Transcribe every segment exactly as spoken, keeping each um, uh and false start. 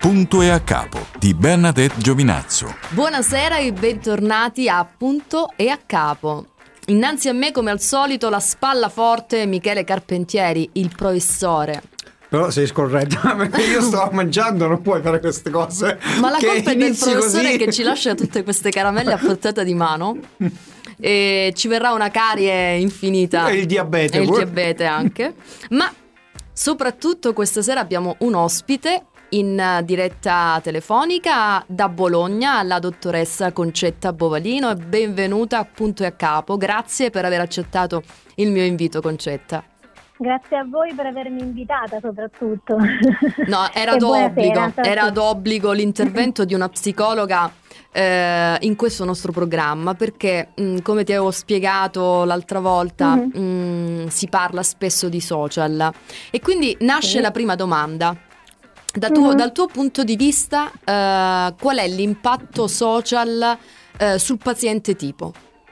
Punto e a capo di Bernadette Giovinazzo. Buonasera e bentornati a Punto e a capo. Innanzi a me, come al solito, la spalla forte Michele Carpentieri, il professore. Però sei scorretta, perché io sto mangiando, non puoi fare queste cose. Ma la colpa è del professore così. che ci lascia tutte queste caramelle a portata di mano. E ci verrà una carie infinita. E il diabete. E il pure. diabete anche. Ma soprattutto questa sera abbiamo un ospite in diretta telefonica da Bologna, la dottoressa Concetta Bovalino. E benvenuta a Punto e a capo. Grazie per aver accettato il mio invito, Concetta. Grazie a voi per avermi invitata soprattutto. No, era d'obbligo, era d'obbligo l'intervento di una psicologa eh, in questo nostro programma, perché mh, come ti avevo spiegato l'altra volta, mm-hmm. mh, si parla spesso di social e quindi nasce sì. la prima domanda. Da tuo, mm-hmm. Dal tuo punto di vista, eh, qual è l'impatto social eh, sul paziente tipo?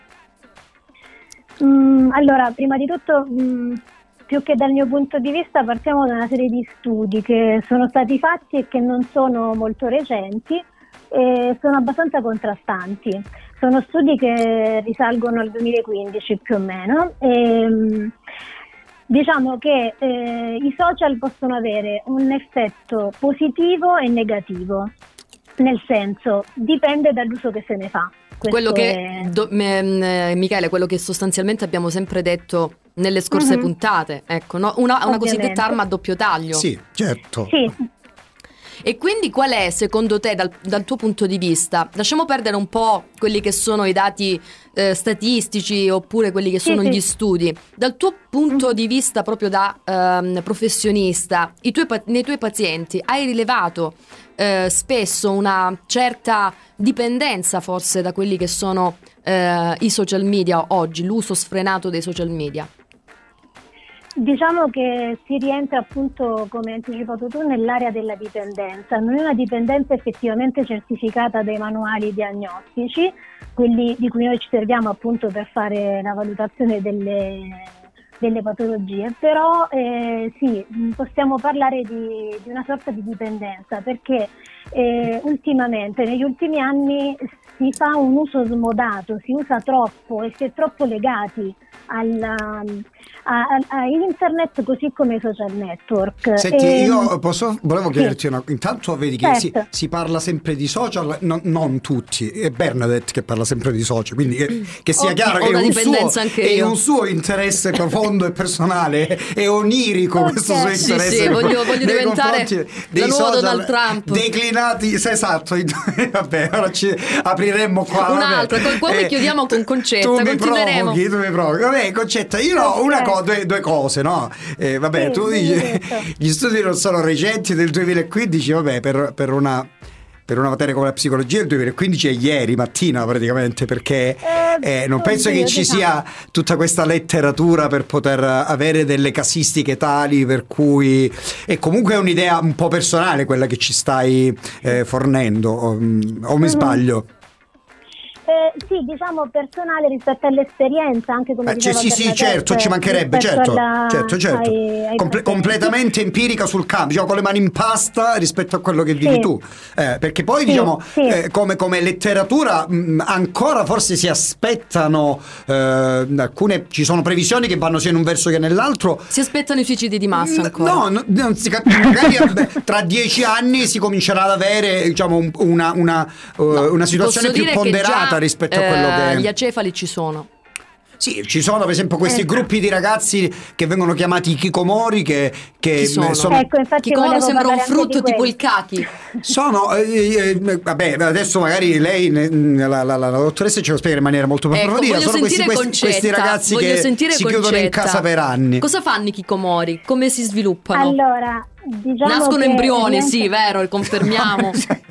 Mm, allora, prima di tutto... Mm, più che dal mio punto di vista partiamo da una serie di studi che sono stati fatti e che non sono molto recenti e sono abbastanza contrastanti. Sono studi che risalgono al duemilaquindici più o meno e diciamo che eh, i social possono avere un effetto positivo e negativo, nel senso dipende dall'uso che se ne fa. Questo quello che è... do, me, Michele, quello che sostanzialmente abbiamo sempre detto nelle scorse mm-hmm. puntate, ecco, no? una, una cosiddetta arma a doppio taglio. Sì, certo. Sì. E quindi qual è, secondo te, dal, dal tuo punto di vista, lasciamo perdere un po' quelli che sono i dati eh, statistici oppure quelli che sono sì, gli sì. studi, dal tuo punto mm-hmm. di vista proprio da ehm, professionista, i tuoi, nei tuoi pazienti hai rilevato eh, spesso una certa dipendenza forse da quelli che sono eh, i social media oggi, l'uso sfrenato dei social media? Diciamo che si rientra appunto, come hai anticipato tu, nell'area della dipendenza. Non è una dipendenza effettivamente certificata dai manuali diagnostici, quelli di cui noi ci serviamo appunto per fare la valutazione delle, delle patologie, però eh, sì, possiamo parlare di, di una sorta di dipendenza, perché eh, ultimamente, negli ultimi anni, si fa un uso smodato, si usa troppo e si è troppo legati alla, a, a internet, così come ai social network. Senti, e, io posso, volevo chiederti sì. una, intanto vedi che certo. si, si parla sempre di social, no, non tutti, è Bernadette che parla sempre di social, quindi che, che sia ho, chiaro ho che è un, suo, anche è io. un suo interesse profondo e personale, è onirico okay. questo suo interesse. Sì, sì, voglio, voglio diventare la nuova Donald Trump. Declinati, esatto, vabbè, ora ci apriremmo qua. Un'altra, poi eh, chiudiamo con Concetta, tu continueremo. Mi provochi, tu mi provochi. Vabbè, Concetta, io ho okay. una co- due, due cose, no? Eh, vabbè, sì, tu dici gli studi non sono recenti, del duemilaquindici, vabbè, per, per una per una materia come la psicologia il duemilaquindici è ieri mattina praticamente, perché eh, non penso oddio, che ci diciamo. sia tutta questa letteratura per poter avere delle casistiche tali per cui è comunque un'idea un po' personale quella che ci stai eh, fornendo, o, o mi mm-hmm. sbaglio? Eh, sì, diciamo personale rispetto all'esperienza, anche come eh, cioè, diceva sì, sì, certo, ci mancherebbe, certo, alla, certo, certo. Ai, ai Comple- completamente empirica sul campo, diciamo, con le mani in pasta rispetto a quello che vivi sì. tu, eh, perché poi sì, diciamo sì. Eh, come, come letteratura mh, ancora forse si aspettano eh, alcune, ci sono previsioni che vanno sia in un verso che nell'altro. Si aspettano i suicidi di massa ancora? No, no, non si cap- magari beh, tra dieci anni si comincerà ad avere, diciamo, un, una, una, uh, no, una situazione più ponderata già, rispetto a quello eh, che gli acefali ci sono. Sì, ci sono per esempio questi ecco. gruppi di ragazzi che vengono chiamati hikikomori che, che sono? sono ecco, Hikikomori sembra un frutto tipo il kaki. sono eh, eh, vabbè, adesso magari lei la, la, la, la dottoressa ce lo spiega in maniera molto più ecco, approfondita. Sono questi, questi, questi ragazzi che si Concetta. chiudono in casa per anni. Cosa fanno i hikikomori? Come si sviluppano? Allora, diciamo nascono che embrioni, niente... sì, vero, confermiamo.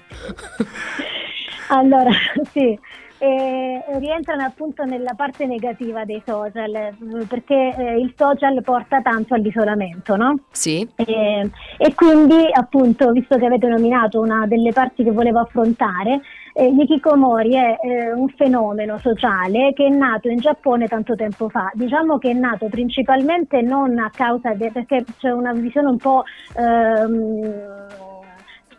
Allora, sì, eh, rientrano appunto nella parte negativa dei social, perché eh, il social porta tanto all'isolamento, no? Sì. E, e quindi appunto, visto che avete nominato una delle parti che volevo affrontare, eh, gli hikikomori è eh, un fenomeno sociale che è nato in Giappone tanto tempo fa. Diciamo che è nato principalmente non a causa de, perché c'è una visione un po' ehm,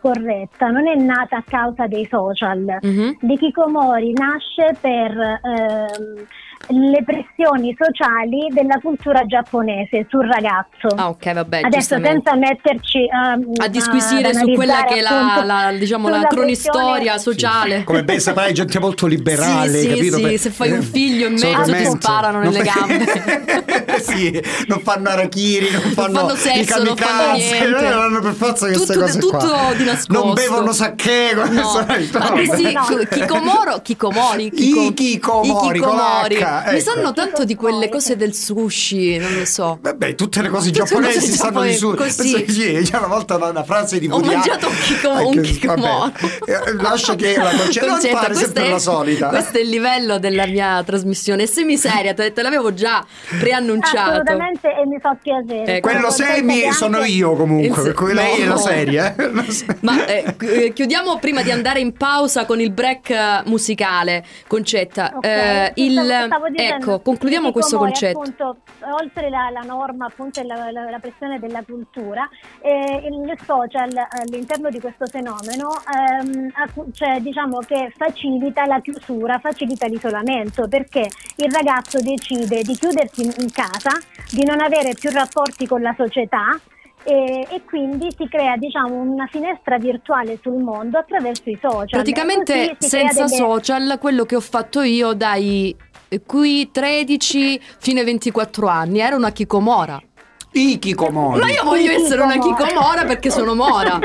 scorretta non è nata a causa dei social. Mm-hmm. L'hikikomori nasce per ehm, le pressioni sociali della cultura giapponese sul ragazzo. Ah, ok, vabbè. Adesso senza metterci um, a disquisire a su quella che è la, appunto, la, diciamo, la cronistoria sociale. Sì. Come ben saprai, gente molto liberale, sì, capito? Sì, per... se fai un figlio in mezzo ti sparano non nelle fai... gambe. Sì, non fanno arachiri, non fanno, non fanno sesso, non fanno niente. Non hanno per forza queste tutto, cose tutto qua. Di nascosto. Non bevono sake. No. Ma questi no. Kikomoro, Kikomori, Kiko, I Kikomori, Kikomori. Ecco. Mi sanno tanto di quelle cose del sushi, non lo so. Vabbè, tutte le cose tutte giapponesi cose sanno di sushi. Così. Sì, c'è una volta una, una frase di Ho Woody mangiato un, Kiko, un Kikomoro. Lascia che la concetta non fare sempre è, la solita. Questo è il livello della mia trasmissione. È semiseria, te, te l'avevo già preannunciato. Assolutamente, e mi fa piacere. Eh, quello semi anche... sono io comunque, per cui no. Lei è la seria. Eh? Ma eh, chiudiamo prima di andare in pausa con il break musicale, Concetta. Okay. Eh, il, stavo, stavo dicendo, ecco, concludiamo questo concetto. Appunto, oltre la, la norma, appunto, la, la, la pressione della cultura, eh, il social all'interno di questo fenomeno, ehm, cioè, diciamo che facilita la chiusura, facilita l'isolamento, perché il ragazzo decide di chiudersi in casa, di non avere più rapporti con la società. E, e quindi si crea, diciamo, una finestra virtuale sul mondo attraverso i social. Praticamente senza delle... social, quello che ho fatto io dai qui tredici fino ai ventiquattro anni era una Kikomora. I Kikomori. Ma io voglio essere una Kikomora perché sono mora.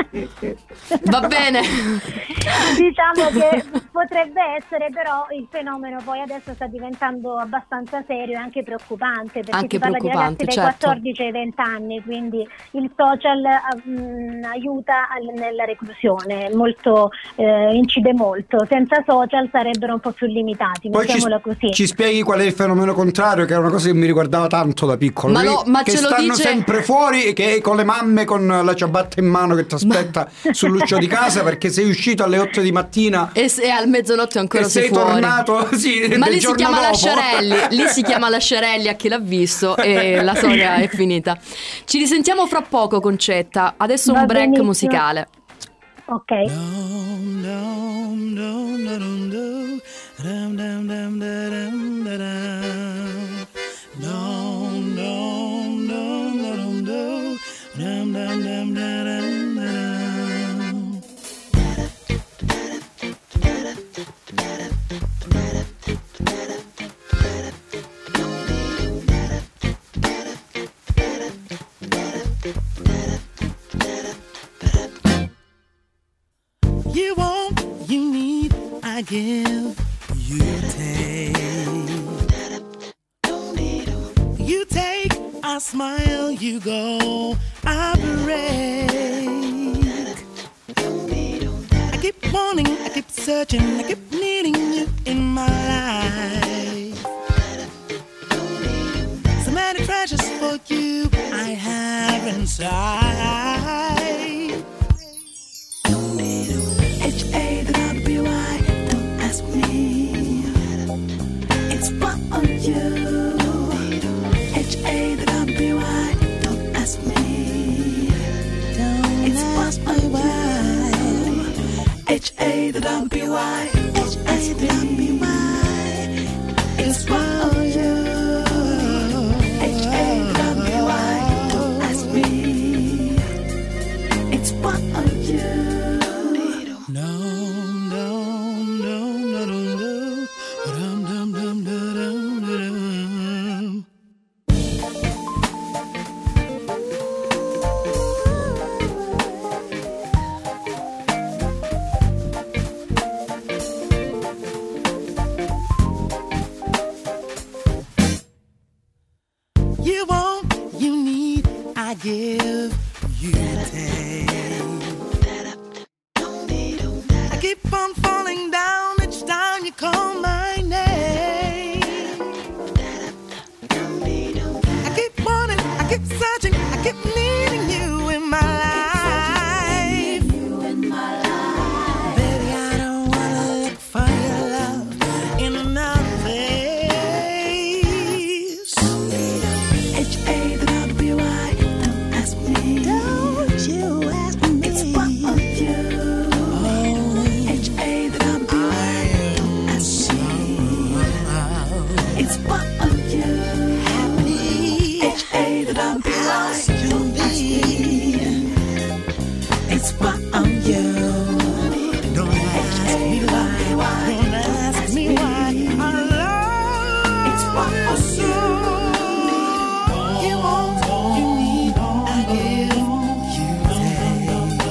Va bene. Diciamo che potrebbe essere, però il fenomeno poi adesso sta diventando abbastanza serio e anche preoccupante, perché anche si parla di ragazzi dai certo. quattordici ai venti anni, quindi il social um, aiuta al, nella reclusione, molto eh, incide molto. Senza social sarebbero un po' più limitati, poi mettiamola ci, così. Ci spieghi qual è il fenomeno contrario, che è una cosa che mi riguardava tanto da piccolo. Ma, no, ma che ce stanno lo dice... sempre fuori, che con le mamme con la ciabatta in mano che ti aspetta ma... sull'uscio di casa perché sei uscito alle otto di mattina e se al mezzanotte ancora sei, sei fuori. tornato sì, ma lì si chiama dopo. Lasciarelli lì si chiama Lasciarelli a chi l'ha visto e la storia è finita. Ci risentiamo fra poco, Concetta, adesso Va un break benissimo. musicale. Ok. You want, you need, I give, you take. You take, I smile, you go, I break. I keep wanting, I keep searching, I keep needing you in my life. So many treasures for you I have inside. H A W I, don't ask me. It's for you. H A W I, don't ask me. It's for you. H A W I, H A W I, it's for you. H A W I, don't ask me. It's for you. You want, you need, I give, you take. I keep on falling down each time you call my name. I keep wanting, I keep searching, I keep needing you in my life. Baby, I don't wanna look for your love in another place. H A W I, don't ask me. Don't you ask me. It's I can be. It's why I'm you. Don't ask me why. Don't ask me why. I love. It's why I'm so. You want, you need, I give, you take.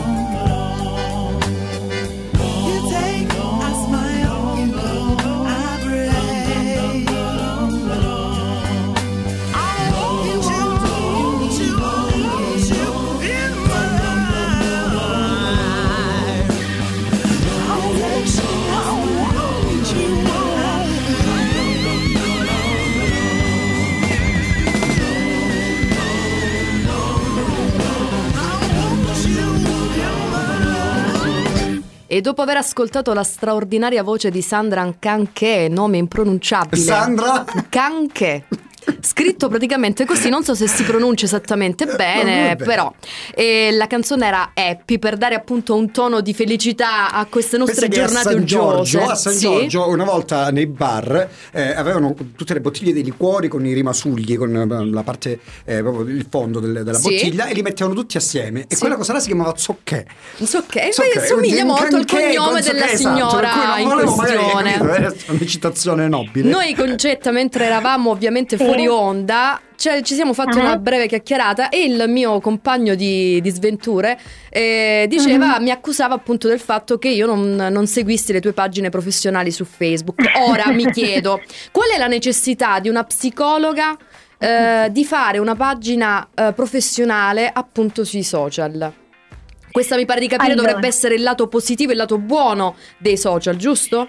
You take, I smile, you go, I pray. I want you, you, you, you in my life. I want you, I want you. E dopo aver ascoltato la straordinaria voce di Sandra Nkanke, nome impronunciabile. Sandra? Nkanke. Scritto praticamente così, non so se si pronuncia esattamente bene, però e la canzone era Happy, per dare appunto un tono di felicità a queste nostre giornate a San uggiose. Giorgio, a San sì. Giorgio una volta nei bar eh, avevano tutte le bottiglie dei liquori con i rimasugli, con la parte eh, proprio il fondo del, della Sì. bottiglia, e li mettevano tutti assieme, e Sì. quella cosa là si chiamava zocchè. Zocchè, Zocchè, beh, somiglia un molto al canché cognome con della zocchè, esatto, per signora cui non in volevo magari, questione. capito, era una citazione nobile. Noi con Getta, mentre eravamo ovviamente Sì. fuori onda, cioè, ci siamo fatti Ah. una breve chiacchierata, e il mio compagno di, di sventure eh, diceva, mi accusava appunto del fatto che io non, non seguissi le tue pagine professionali su Facebook. Ora mi chiedo, qual è la necessità di una psicologa eh, di fare una pagina eh, professionale appunto sui social? Questa mi pare di capire Allora. dovrebbe essere il lato positivo e il lato buono dei social, giusto?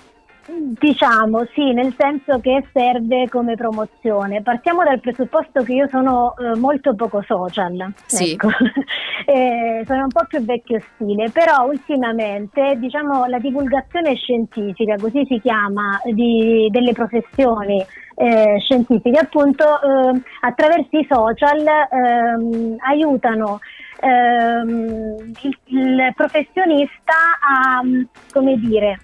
Diciamo sì, nel senso che serve come promozione. Partiamo dal presupposto che io sono eh, molto poco social, Sì. ecco. Eh, sono un po' più vecchio stile, però ultimamente diciamo la divulgazione scientifica, così si chiama, di, delle professioni eh, scientifiche appunto eh, attraverso i social ehm, aiutano ehm, il, il professionista a, come dire,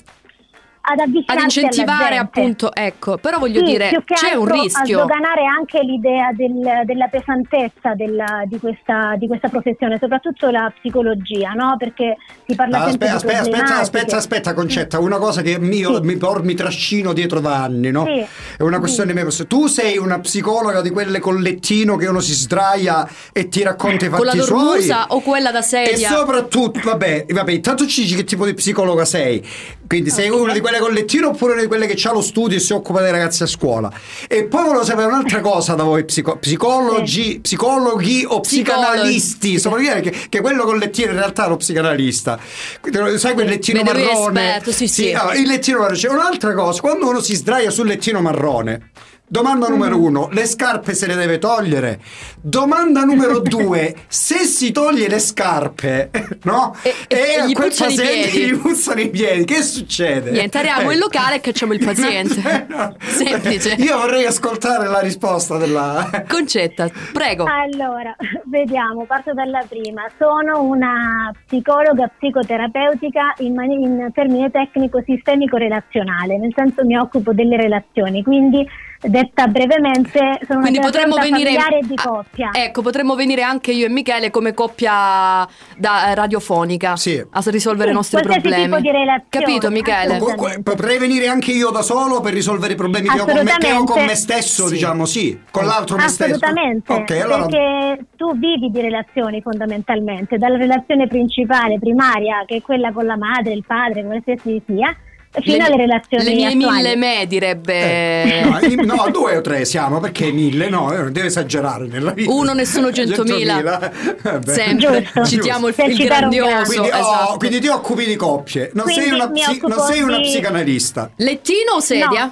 ad avvicinarsi Ad incentivare alla gente. appunto, ecco, però voglio Sì, dire, più che c'è un altro rischio. a sdoganare anche l'idea del- della pesantezza della- di, questa, di questa professione, soprattutto la psicologia, no? Perché si parla sempre Aspetta, di aspetta, aspetta, problematiche. aspetta, aspetta, Concetta, una cosa che io Sì. mi, por- mi trascino dietro da anni, no? Sì. È una questione mia. Tu sei una psicologa di quelle con lettino che uno si sdraia e ti racconta i fatti Con la suoi? dormusa o quella da E sedia? soprattutto, vabbè, vabbè, intanto ci dici che tipo di psicologa sei. Quindi sei Ok. una di quelle con lettino oppure una di quelle che ha lo studio e si occupa dei ragazzi a scuola? E poi volevo sapere un'altra cosa da voi, psico- psicologi, psicologi o psicanalisti. Psicologi. Soprattutto che, che quello con lettino in realtà è lo psicanalista. Quindi, sai quel lettino Vedo lui marrone? esperto, sì, sì. no, il lettino marrone. C'è un'altra cosa, quando uno si sdraia sul lettino marrone. Domanda numero uno, le scarpe se le deve togliere? Domanda numero due, se si toglie le scarpe, no? E- e- e a gli quel puzzano i paziente piedi. gli puzzano i piedi, che succede? Niente, arriviamo Eh. in locale e cacciamo il paziente. No. Semplice. Io vorrei ascoltare la risposta della... Concetta, prego. Allora, vediamo, parto dalla prima. Sono una psicologa psicoterapeutica in, mani- in termine tecnico sistemico-relazionale, nel senso mi occupo delle relazioni, quindi detta brevemente sono Quindi una potremmo terapeuta venire familiare di ah, coppia. Ecco, potremmo venire anche io e Michele come coppia da radiofonica Sì. a risolvere Sì, i nostri qualsiasi problemi. tipo di relazione. Capito, Michele? Assolutamente. Comunque, potrei venire anche io da solo per risolvere i problemi che ho con me, che ho con me stesso, Sì. diciamo, sì, con l'altro me stesso. Assolutamente, Ok, allora perché tu vivi di relazioni fondamentalmente, dalla relazione principale, primaria, che è quella con la madre, il padre, qualsiasi sia, fino Le- alle relazioni Le mie attuali. mille me direbbe. Eh, no, i- no, due o tre siamo, perché mille? No, eh, deve esagerare nella vita. Uno, nessuno, centomila. Vabbè. Sempre Giusto. citiamo il, Per il citare un grandioso. grande. Quindi, oh, esatto. quindi ti occupi di coppie, non, Quindi sei una, mi psi- occupo non sei una di- psicanalista. Lettino o sedia?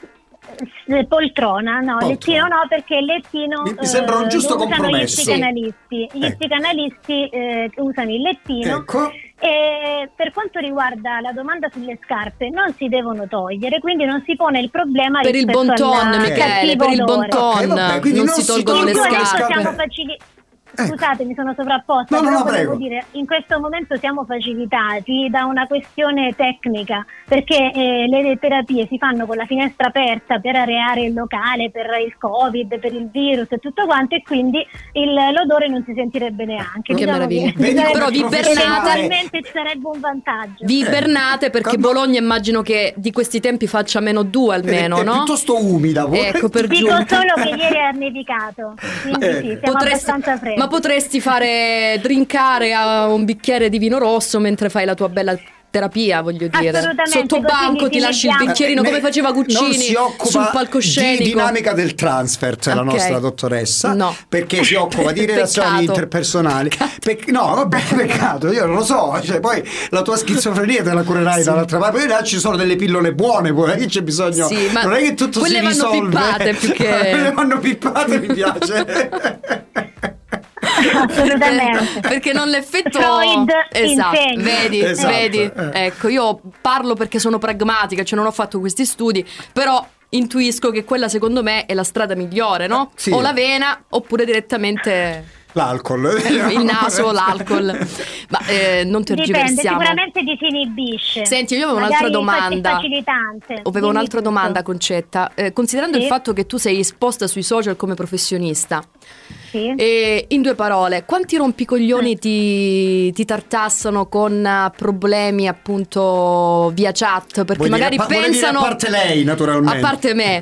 S- Poltrona, no, Poltrona. lettino no, perché il lettino Mi- mi sembra un giusto lo usano compromesso. gli psicanalisti. Gli Ecco. psicanalisti eh, usano il lettino. Ecco. E per quanto riguarda la domanda sulle scarpe, non si devono togliere, quindi non si pone il problema Per il rispetto bon ton, al Michele, cattivo per il bon odore. ton Ok, vabbè, quindi non non si si tolgono le tolgono le Adesso scarpe. scarpe. siamo facili- Ecco. Scusate, mi sono sovrapposta, No, no, però no, volevo prego. dire, in questo momento siamo facilitati da una questione tecnica, perché eh, le terapie si fanno con la finestra aperta per areare il locale, per il Covid, per il virus e tutto quanto, e quindi il, l'odore non si sentirebbe neanche. Che meraviglia. Vedi come Però vi professionale. Eventualmente ci sarebbe un vantaggio. Vi ibernate perché Quando- Bologna immagino che di questi tempi faccia meno due almeno, è, è no? piuttosto umida. Ecco, per Dico giunta. solo che ieri è nevicato, quindi Eh. sì, siamo Potresti- abbastanza freddi. ma potresti fare drinkare a un bicchiere di vino rosso mentre fai la tua bella terapia, voglio dire. Assolutamente, Sotto così banco li ti lasci il utilizziamo. bicchierino Eh, come ne- faceva Guccini non si occupa sul palcoscenico. di dinamica del transfert, la Ok. nostra dottoressa, No. perché si occupa di relazioni Peccato. interpersonali. Pec- no, vabbè, peccato, io non lo so, cioè, poi la tua schizofrenia te la curerai Sì. dall'altra parte, poi là ci sono delle pillole buone, poi che c'è bisogno. Sì, ma non è che tutto quelle si vanno risolve. pippate più che- Quelle vanno pippate, mi piace. Assolutamente. Perché non l'effetto Freud esatto, insegna. vedi, Esatto, vedi. eh. Ecco, io parlo perché sono pragmatica, cioè non ho fatto questi studi, però intuisco che quella secondo me è la strada migliore, no? Sì. O l'avena oppure direttamente L'alcol. il naso, l'alcol. Ma eh, non Dipende, tergiversiamo. sicuramente disinibisce. Senti, io avevo un'altra Magari domanda. È facilitante. Avevo Dimmi un'altra tutto. domanda, Concetta. Eh, considerando Sì. il fatto che tu sei esposta sui social come professionista, Sì. e in due parole, quanti rompicoglioni ti, ti tartassano con eh, problemi appunto via chat? Perché Vuoi dire magari a pa- vuole dire pensano. a parte lei, naturalmente. A parte me,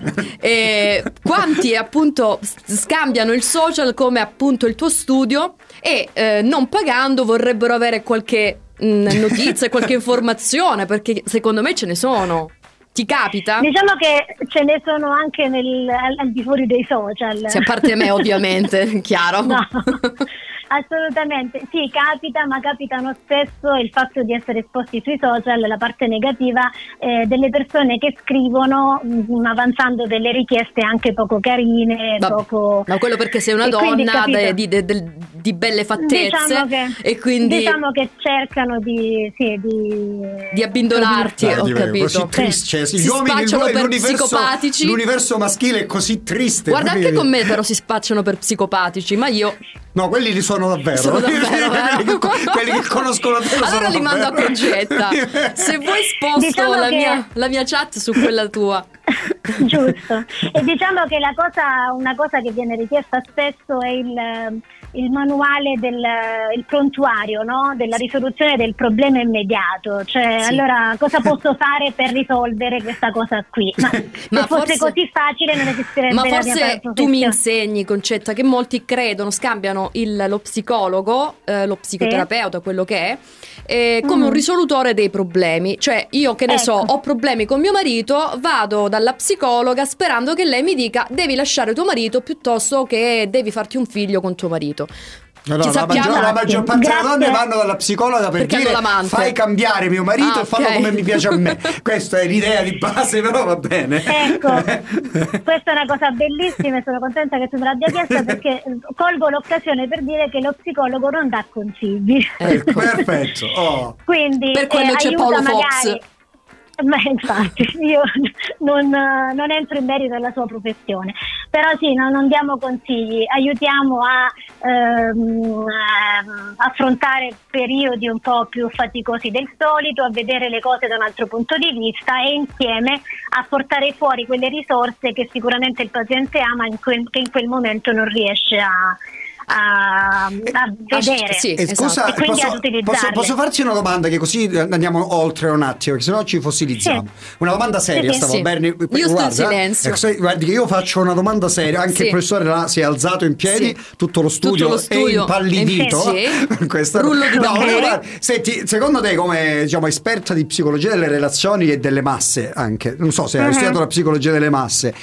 eh, quanti appunto s- scambiano il social come appunto il tuo studio e eh, non pagando vorrebbero avere qualche mh, notizia, qualche informazione, perché secondo me ce ne sono. Ti capita? Diciamo che ce ne sono anche nel, al, al di fuori dei social. Sì, a parte me ovviamente, chiaro. No, assolutamente. Sì, capita, ma capitano spesso il fatto di essere esposti sui social, la parte negativa eh, delle persone che scrivono mh, avanzando delle richieste anche poco carine, Ma- poco... Ma quello perché sei una E quindi, donna capito? de- di, de- del- di belle fattezze Diciamo che, e quindi diciamo che cercano di, sì, di, di abbindolarti, Dai, ho di- capito. Così triste, cioè, sì, Si gli uomini, spacciano per l'universo, psicopatici. l'universo maschile è così triste. Guarda, capisci? anche con me però si spacciano per psicopatici, ma io No, quelli li sono davvero. sono davvero, quelli, vero? che, quelli che conoscono te lo allora sono li mando a davvero. Concetta. Se vuoi sposto Diciamo la, che- mia, la mia chat su quella tua. Giusto. E diciamo che la cosa, una cosa che viene richiesta spesso è il, il manuale del il prontuario, no? Della risoluzione del problema immediato. Cioè, Sì. allora, cosa posso fare per risolvere questa cosa qui? Ma, Ma se fosse forse- così facile non esisterebbe Ma la mia forse professione. tu mi insegni, Concetta, che molti credono, scambiano il- lo psicologo, eh, lo psicoterapeuta, quello che è, eh, come Mm. un risolutore dei problemi. Cioè, io che ne so, Ecco. ho problemi con mio marito, vado dalla psicologa sperando che lei mi dica devi lasciare tuo marito piuttosto che devi farti un figlio con tuo marito. No, no, Ci la, sappiamo- maggior, la maggior parte delle Grazie. donne vanno dalla psicologa per Perché dire hanno l'amante. fai cambiare mio marito Ah, e fallo ok. come mi piace a me. Questa è l'idea di base, però va bene. Ecco, questa è una cosa bellissima e sono contenta che tu me l'abbia chiesta, perché colgo l'occasione per dire che lo psicologo non dà consigli. Ecco. Perfetto. Oh. Quindi Per quello eh, c'è aiuta Paolo Fox. magari. Ma infatti io non, non entro in merito alla sua professione, però sì, no, non diamo consigli, aiutiamo a ehm, a affrontare periodi un po' più faticosi del solito, a vedere le cose da un altro punto di vista e insieme a portare fuori quelle risorse che sicuramente il paziente ama, in quel, che in quel momento non riesce a, a, a vedere. sì. E scusa, E quindi ad posso, utilizzarle. posso, posso farci una domanda che così andiamo oltre un attimo, che sennò ci fossilizziamo. Sì. Una domanda seria, Sì, sì. stavo Sì. bene. Io sto in Guarda, silenzio. ecco, sai, guardi che io faccio una domanda seria, anche Sì. il professore là si è alzato in piedi, Sì. tutto lo studio, Tutto lo studio è impallidito. Sì. Questa- Rullo di no, tamburi. no, guarda, senti, secondo te come diciamo esperta di psicologia delle relazioni e delle masse anche, non so se hai Mhm. studiato la psicologia delle masse,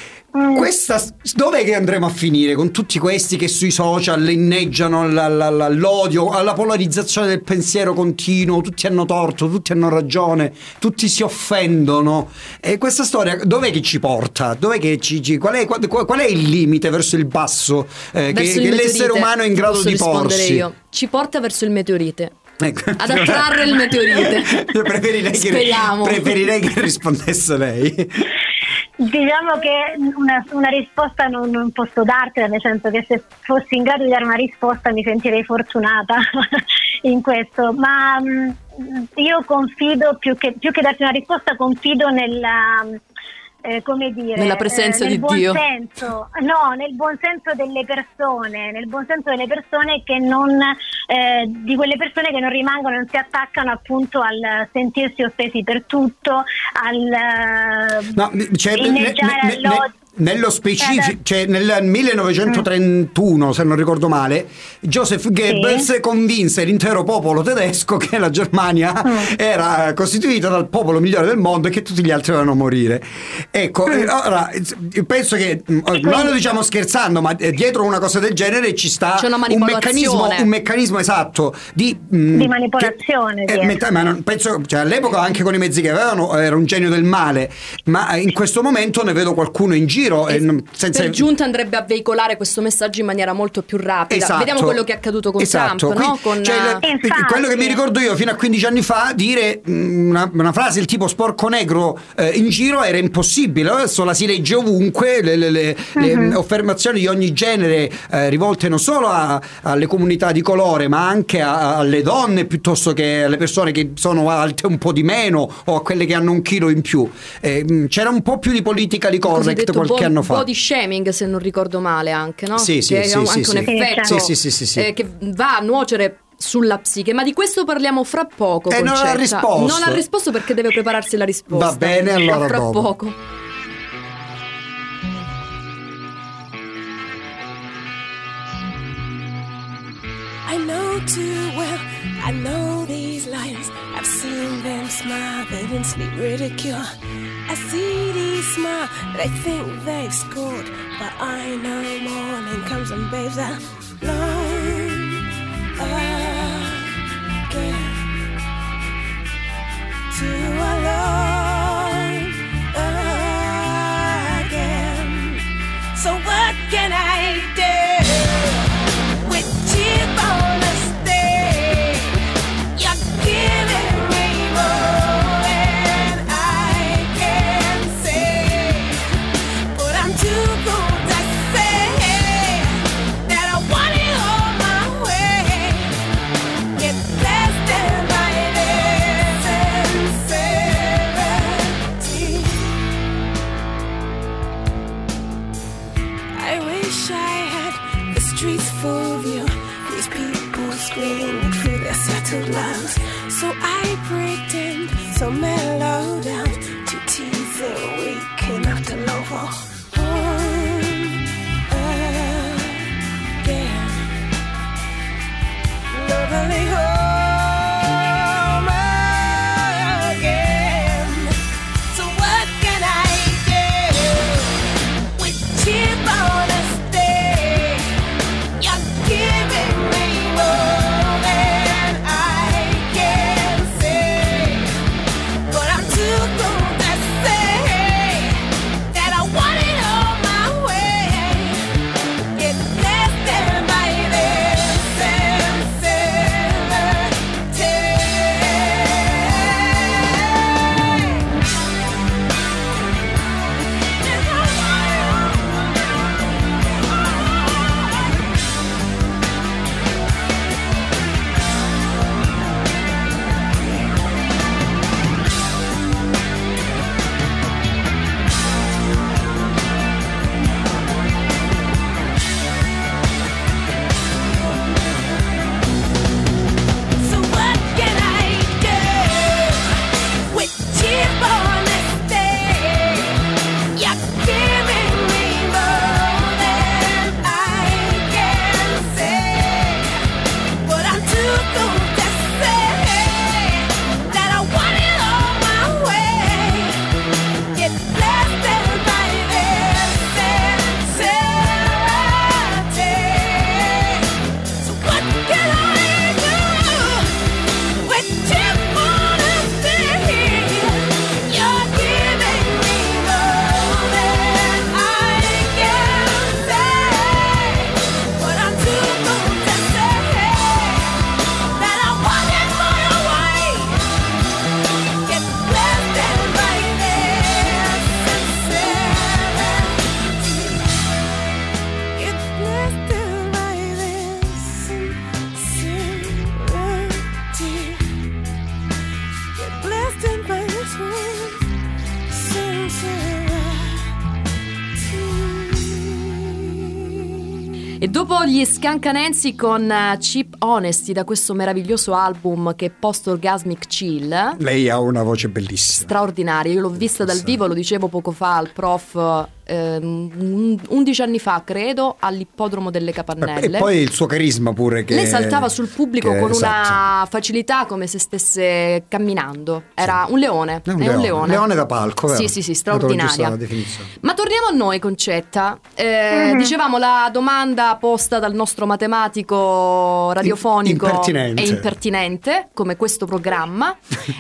questa dov'è che andremo a finire con tutti questi che sui social inneggiano la- la- la- l'odio, alla polarizzazione del pensiero continuo, tutti hanno torto, tutti hanno ragione, tutti si offendono, e questa storia dov'è che ci porta? Dov'è che ci, ci- qual, è, qual, qual è il limite verso il basso eh, che, Verso il che l'essere meteorite, umano è in ti grado posso di rispondere porsi? io. Ci porta verso il meteorite. Ecco. Ad attrarre il meteorite. Io preferirei che, Speriamo. preferirei che rispondesse lei. Diciamo che una, una risposta non, non posso dartela, nel senso che se fossi in grado di dare una risposta mi sentirei fortunata in questo, ma mh, io confido, più che, più che darti una risposta, confido nella... Eh, come dire, nella presenza eh, nel di buon Dio. senso, no, nel buon senso delle persone, nel buon senso delle persone che non eh, di quelle persone che non rimangono, non si attaccano appunto al sentirsi offesi per tutto, al no, cioè, inneggiare ne, ne, ne, all'odio. Nello specifico, cioè nel millenovecentotrentuno, mm. se non ricordo male, Joseph Goebbels sì. convinse l'intero popolo tedesco che la Germania mm. era costituita dal popolo migliore del mondo e che tutti gli altri dovevano morire. Ecco, mm. ora penso che noi lo diciamo scherzando, ma dietro una cosa del genere ci sta C'è una un meccanismo, un meccanismo esatto di, mm, di manipolazione. Che, eh, ma non, penso, cioè, all'epoca anche con i mezzi che avevano era un genio del male, ma in questo momento ne vedo qualcuno in giro. E senza... Per giunta andrebbe a veicolare questo messaggio in maniera molto più rapida. Esatto. Vediamo quello che è accaduto con esatto. Trump, no? Quindi, con, cioè, le, quello che mi ricordo io fino a quindici anni fa, dire una, una frase del tipo sporco negro eh, in giro era impossibile. Adesso la si legge ovunque, le, le, le, uh-huh. le affermazioni di ogni genere eh, rivolte non solo a, alle comunità di colore, ma anche a, alle donne piuttosto che alle persone che sono alte un po' di meno o a quelle che hanno un chilo in più. Eh, c'era un po' più di politically correct qualche bo- anno fa. Body shaming, se non ricordo male, anche, no? Sì, sì, che sì, è anche sì, un sì. effetto sì, sì, sì, sì. Eh, che va a nuocere sulla psiche, ma di questo parliamo fra poco. Eh, non ha risposto. Non ha risposto perché deve prepararsi la risposta. Va bene, allora a fra dopo. poco. I know too well, I know these lines. I've seen them smile, they didn't sleep ridicule. I see these smile, they think they've scored, but I know morning comes and babes are long again. Too alone again. So what can I do with chip on a stick? You're giving me more than I can say, but I'm too cool to say that I want it all my way. Get blasted by this sincerity. I wish I had the streets full of you. These people screaming through their settled lungs. So I pretend so mellow down to teasing, weak enough to love for one again. Lovely home again. So what can I do with chip on a stick? You're giving me more than I can say, but I'm too cool to say that I want it E dopo gli Scancanensi con Cheap Honesty da questo meraviglioso album che è Post Orgasmic Chill. Lei ha una voce bellissima, straordinaria, io l'ho vista dal vivo, lo dicevo poco fa al prof ehm, undici anni fa credo all'ippodromo delle Capannelle. E poi il suo carisma pure che lei saltava sul pubblico che, con esatto. una facilità come se stesse camminando, era sì. un leone è un, è leone. un leone leone da palco, vero? Sì sì sì, straordinaria. Ma torniamo a noi, Concetta. eh, mm-hmm. Dicevamo la domanda posta dal nostro matematico radiofonico impertinente. è impertinente come questo programma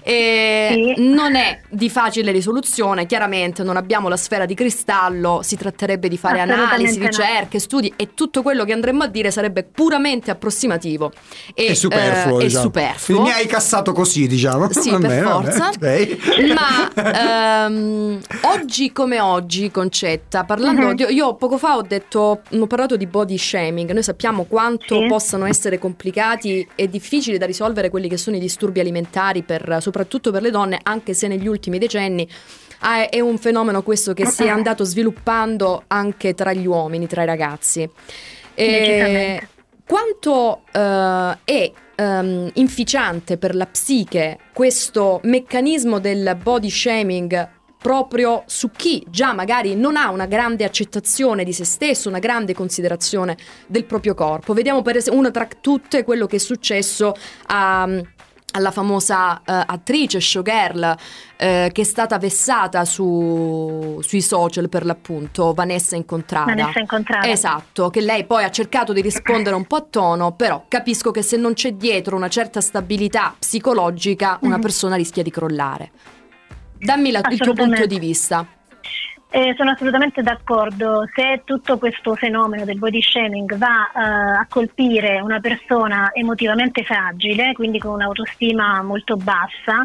e sì. non è di facile risoluzione, chiaramente non abbiamo la sfera di cristallo, si tratterebbe di fare analisi, ricerche, no. studi e tutto quello che andremmo a dire sarebbe puramente approssimativo e è superfluo, eh, diciamo. è superfluo. Mi hai cassato così, diciamo. Sì, vabbè, per forza. Vabbè, ma ehm, oggi come oggi, Concetta, parlando uh-huh. di, io poco fa ho detto ho parlato di body shaming. Noi sappiamo quanto sì. possano essere complicati e difficili da risolvere quelli che sono i disturbi alimentari per, soprattutto per le donne, anche se negli ultimi decenni ah, è un fenomeno questo che si è andato sviluppando anche tra gli uomini, tra i ragazzi. E quanto uh, è um, inficiante per la psiche questo meccanismo del body shaming proprio su chi già magari non ha una grande accettazione di se stesso, una grande considerazione del proprio corpo. Vediamo per esempio una tra tutte quello che è successo a alla famosa uh, attrice showgirl uh, che è stata vessata su, sui social, per l'appunto, Vanessa Incontrada. Vanessa Incontrada. Esatto, che lei poi ha cercato di rispondere un po' a tono, però capisco che se non c'è dietro una certa stabilità psicologica una mm-hmm. persona rischia di crollare. Dammi la, il tuo punto di vista. Eh, sono assolutamente d'accordo. Se tutto questo fenomeno del body shaming va uh, a colpire una persona emotivamente fragile, quindi con un'autostima molto bassa,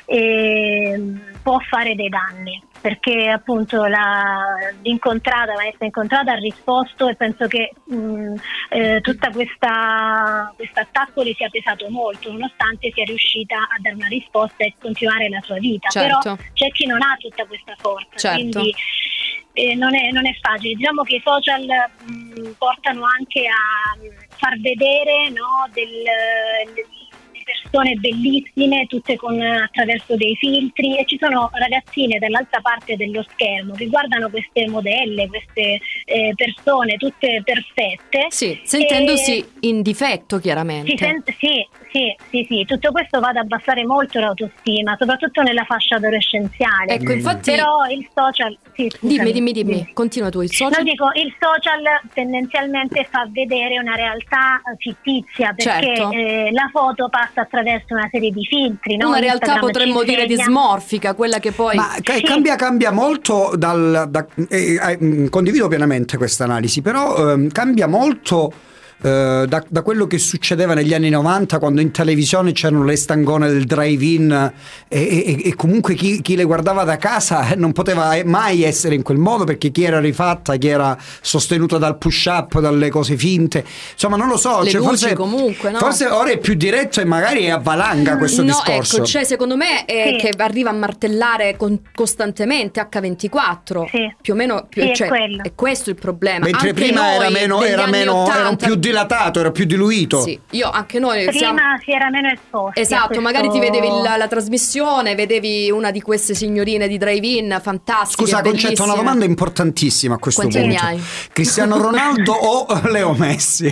eh, può fare dei danni, perché appunto la, l'incontrata, Vanessa Incontrata ha risposto e penso che mh, eh, tutta questa questo attacco le sia pesato molto, nonostante sia riuscita a dare una risposta e continuare la sua vita. Certo. Però c'è chi non ha tutta questa forza, certo. quindi Eh, non, è, non è facile. Diciamo che i social mh, portano anche a mh, far vedere, no, del, le, le persone bellissime, tutte con, attraverso dei filtri, e ci sono ragazzine dall'altra parte dello schermo che guardano queste modelle, queste eh, persone tutte perfette. Sì, sentendosi e, in difetto, chiaramente. Si sente, sì, sì, sì, sì, tutto questo va ad abbassare molto l'autostima, soprattutto nella fascia adolescenziale. Ecco, infatti. Però il social. Sì, dimmi, dimmi, dimmi, dimmi, continua tu. Il social. No, dico, il social tendenzialmente fa vedere una realtà fittizia, perché certo. eh, la foto passa attraverso una serie di filtri. No? Una realtà Instagram potremmo dire dismorfica, quella che poi. Ma sì. cambia, cambia molto dal. Da, eh, eh, condivido pienamente questa analisi, però eh, cambia molto. Uh, da, da quello che succedeva negli anni novanta, quando in televisione c'erano le stangone del drive-in e, e, e comunque chi, chi le guardava da casa non poteva mai essere in quel modo, perché chi era rifatta, chi era sostenuta dal push-up, dalle cose finte, insomma non lo so, le cioè, luci forse, comunque, no? forse ora è più diretto e magari è a valanga questo no, discorso. Ecco, cioè secondo me è sì. che arriva a martellare con, costantemente acca ventiquattro, sì. più o meno più, sì, cioè, è, è questo il problema. Mentre anche prima noi era meno, degli era anni meno ottanta, era più dilatato, era più diluito. Sì, io anche noi prima siamo... si era meno esposti. Esatto, questo... magari ti vedevi la, la trasmissione, vedevi una di queste signorine di drive-in fantastiche. Scusa, Concetta, una domanda importantissima a questo Quanti punto. anni hai? Cristiano Ronaldo o Leo Messi?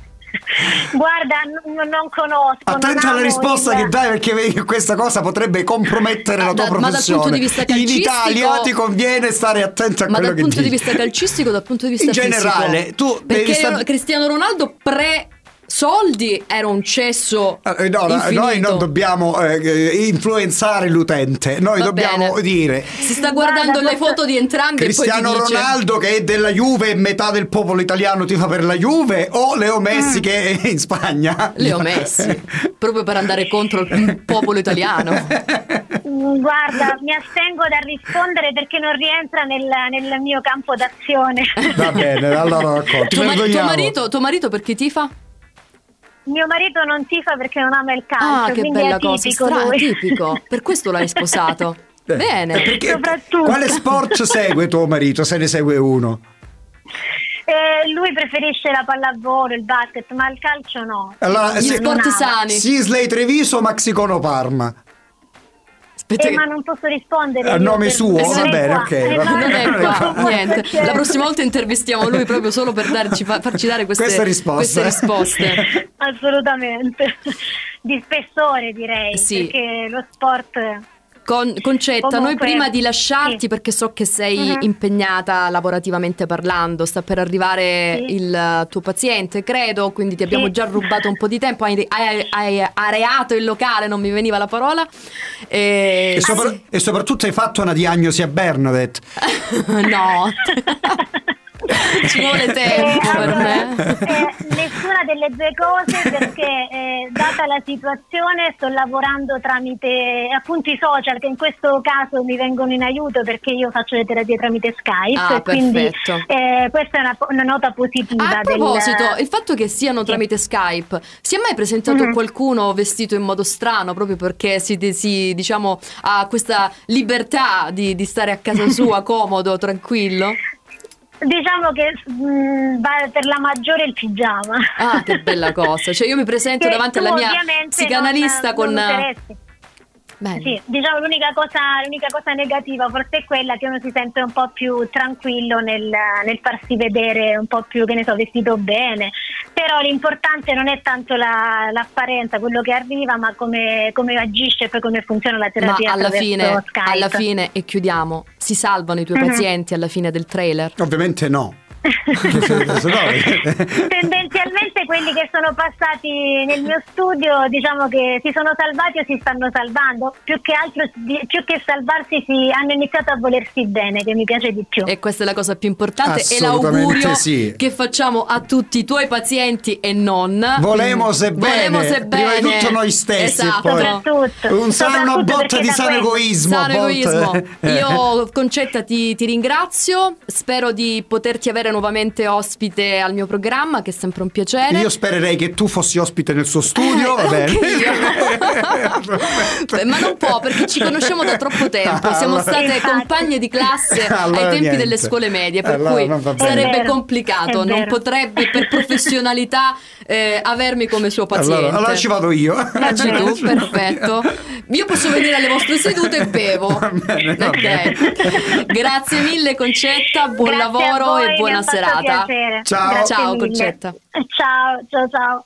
Guarda, n- non conosco. Attento non alla risposta il... che dai, perché vedi che questa cosa potrebbe compromettere la tua da, professione. Ma dal punto di vista calcistico, in Italia ti conviene stare attento a ma quello dal che punto dici. di vista calcistico, dal punto di vista in generale, fisico. tu perché devi stab- Cristiano Ronaldo pre soldi era un cesso eh, no, infinito. Noi non dobbiamo eh, influenzare l'utente, noi Va dobbiamo bene. dire si sta guardando Guarda, le foto di entrambi Cristiano e poi ti dice... Ronaldo che è della Juve e metà del popolo italiano tifa per la Juve, o Leo Messi mm. che è in Spagna. Leo Messi proprio per andare contro il popolo italiano. Guarda, mi astengo da rispondere perché non rientra nel, nel mio campo d'azione. Va bene, allora d'accordo. tuo, ma- tuo marito tuo marito perché tifa? Mio marito non tifa perché non ama il calcio, Ah, che quindi bella è cosa, tipico stra- lui. tipico. Per questo l'hai sposato. Eh, Bene. perché, Soprattutto. quale sport segue tuo marito, se ne segue uno? Eh, lui preferisce la pallavolo, il basket, ma il calcio no. Allora, Gli se- sport sani. Sisley Treviso, Maxicono Parma. Aspetta Eh, che- ma non posso rispondere. A io nome per- suo? non Va è bene, qua. ok, Eh, va no, non è non è qua, qua. niente. C'è- La prossima volta intervistiamo lui proprio solo per darci, fa- farci dare queste, Queste risposte. queste risposte. Assolutamente. Di spessore, direi, Sì. perché lo sport... Con, Concetta, Comunque, noi prima di lasciarti, sì. perché so che sei Mhm. impegnata lavorativamente parlando, sta per arrivare Sì. il tuo paziente, credo, quindi ti abbiamo Sì. già rubato un po' di tempo, hai, hai- hai areato il locale, non mi veniva la parola. E, E, sopra- e soprattutto hai fatto una diagnosi a Bernadette. no, ci vuole tempo Eh, per allora, me. eh, nessuna delle due cose, perché eh, data la situazione sto lavorando tramite appunto i social, che in questo caso mi vengono in aiuto perché io faccio le terapie tramite Skype, Ah, e quindi perfetto. eh, questa è una, una nota positiva. A del- proposito, il fatto che siano Sì. tramite Skype, si è mai presentato Mhm. qualcuno vestito in modo strano proprio perché si, si, diciamo, ha questa libertà di, di stare a casa sua comodo, tranquillo? Diciamo che mh, va per la maggiore il pigiama. Ah, che bella cosa. Cioè io mi presento Che davanti tu alla mia ovviamente psicanalista non- con... non useresti. Bene. Sì, diciamo l'unica cosa, l'unica cosa negativa forse è quella che uno si sente un po' più tranquillo nel, nel farsi vedere un po' più, che ne so, vestito bene, però l'importante non è tanto la, l'apparenza, quello che arriva, ma come, come agisce e poi come funziona la Ma terapia alla attraverso fine, Skype. alla fine, e chiudiamo, si salvano i tuoi Mhm. pazienti alla fine del trailer? Ovviamente no. Se no- Tendenzialmente quelli che sono passati nel mio studio, diciamo che si sono salvati o si stanno salvando, più che altro, di- più che salvarsi, si hanno iniziato a volersi bene, che mi piace di più. E questa è la cosa più importante, e Assolutamente l'augurio sì. che facciamo a tutti i tuoi pazienti e non. Volemo se bene, Volemo se prima di bene. tutto noi stessi, Esatto. poi Soprattutto, un sano, una soprattutto botta perché di da sano questo- egoismo. a Sano volte. egoismo. Eh. Io, Concetta, ti, ti ringrazio. Spero di poterti avere nuovamente ospite al mio programma, che è sempre un piacere. Io spererei che tu fossi ospite nel suo studio, va Eh, bene. anche io. Beh, ma non può, perché ci conosciamo da troppo tempo. Siamo Allora- state Infatti. compagne di classe Allora ai tempi niente. delle scuole medie, per Allora cui non va bene. sarebbe È vero, complicato. è Non vero. potrebbe per professionalità eh, avermi come suo paziente. Allora, allora ci vado io. Facci tu, Ci vado perfetto. Io posso venire alle vostre sedute e bevo. Va bene, va Ok. bene. Grazie mille, Concetta, buon Grazie a lavoro voi, e mi buona ha fatto serata. piacere. Ciao. Grazie Ciao, mille. Concetta. Ciao, ciao, ciao.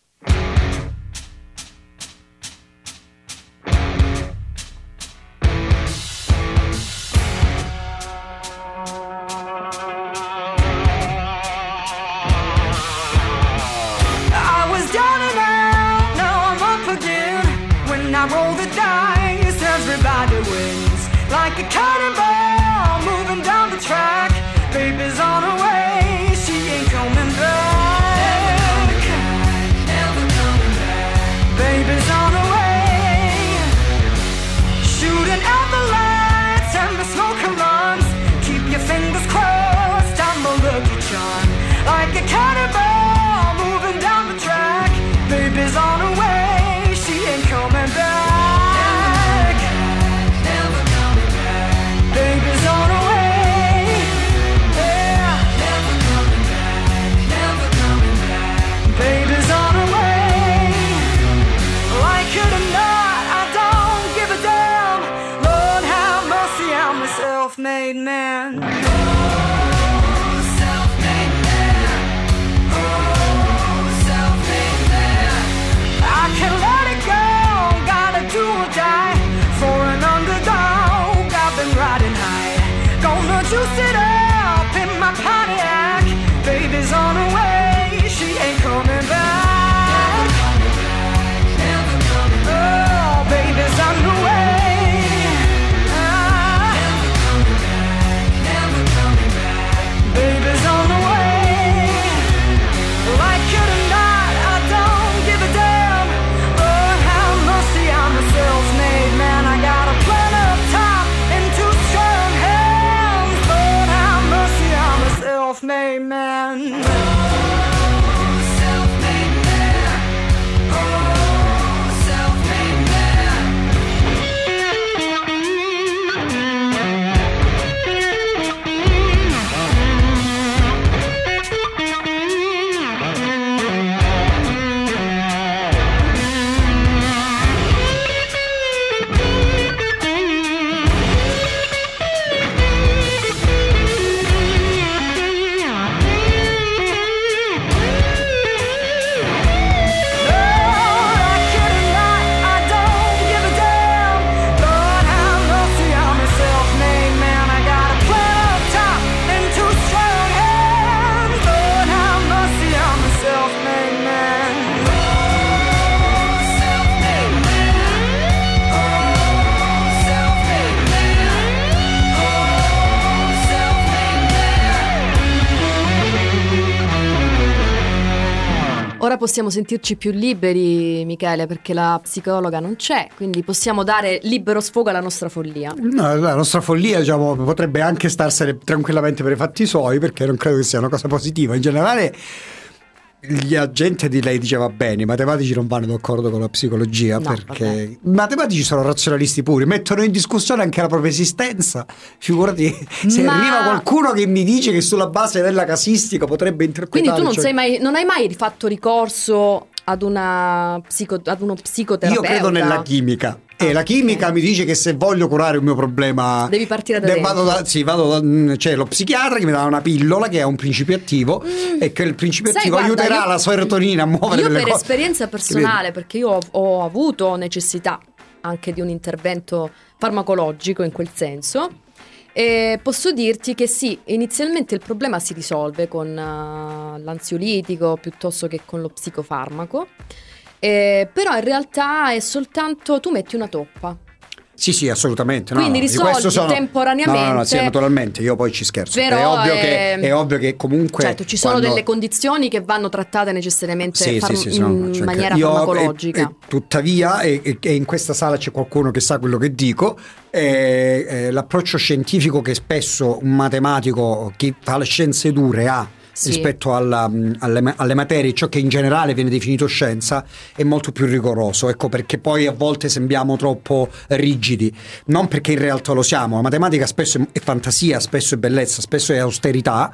I was down and out, now I'm up again. When I roll the dice, everybody wins. Like a cannonball moving down the track. Baby's on her way, she ain't coming back. Never coming back. Baby's on her way. Shooting out the lights and the smoke runs. Keep your fingers crossed, I'm a lucky charm. Like a cannonball moving down the track. Baby's on her way, she ain't coming back. Never coming back. Baby's on her way. Yeah. Never coming back. Never coming back. Baby's on her way. Like it or not, I don't give a damn. Lord have mercy, I'm a self-made man. I can let it go, gotta do or die. For an underdog, I've been riding high. Gonna juice it up in my Pontiac. Baby's on her way, she ain't coming back. Oh, baby's on her way. Ah. Baby's on the way. Like it or not, I don't give a damn. Lord have mercy, I'm a self-made man. I got a plan up top and two strong hands. Lord possiamo sentirci più liberi, Michele, perché la psicologa non c'è, quindi possiamo dare libero sfogo alla nostra follia. No, la nostra follia, diciamo, potrebbe anche starsene tranquillamente per i fatti suoi, perché non credo che sia una cosa positiva. In generale, la gente di lei diceva bene, i matematici non vanno d'accordo con la psicologia, no, perché vabbè. i matematici sono razionalisti puri, mettono in discussione anche la propria esistenza. Figurati se Ma... arriva qualcuno che mi dice che sulla base della casistica potrebbe interpretare. Quindi tu non cioè... sei mai, non hai mai fatto ricorso ad una psico, ad uno psicoterapeuta? Io credo nella chimica. E la chimica okay. mi dice che se voglio curare un mio problema devi partire da dentro. Vado da, sì, vado da, c'è lo psichiatra che mi dà una pillola che ha un principio attivo mm. e che il principio Sai, attivo guarda, aiuterà io, la serotonina a muovere io delle per cose. esperienza personale, perché io ho, ho avuto necessità anche di un intervento farmacologico in quel senso, e posso dirti che sì, inizialmente il problema si risolve con uh, l'ansiolitico piuttosto che con lo psicofarmaco. Eh, però in realtà è soltanto tu metti una toppa. Sì, sì, assolutamente. No, Quindi no, risolvi sono... temporaneamente. No, no, no, sì, naturalmente, io poi ci scherzo. Però è, ovvio è... Che, è ovvio che comunque. Certo, ci sono quando... delle condizioni che vanno trattate necessariamente sì, far... sì, sì, in no, cioè maniera io, farmacologica. E, e, tuttavia, e, e in questa sala c'è qualcuno che sa quello che dico. E, e, l'approccio scientifico che spesso un matematico, chi fa le scienze dure, ha. Sì. Rispetto alla, alle, alle materie, ciò che in generale viene definito scienza è molto più rigoroso, ecco perché poi a volte sembriamo troppo rigidi, non perché in realtà lo siamo. La matematica spesso è fantasia, spesso è bellezza, spesso è austerità,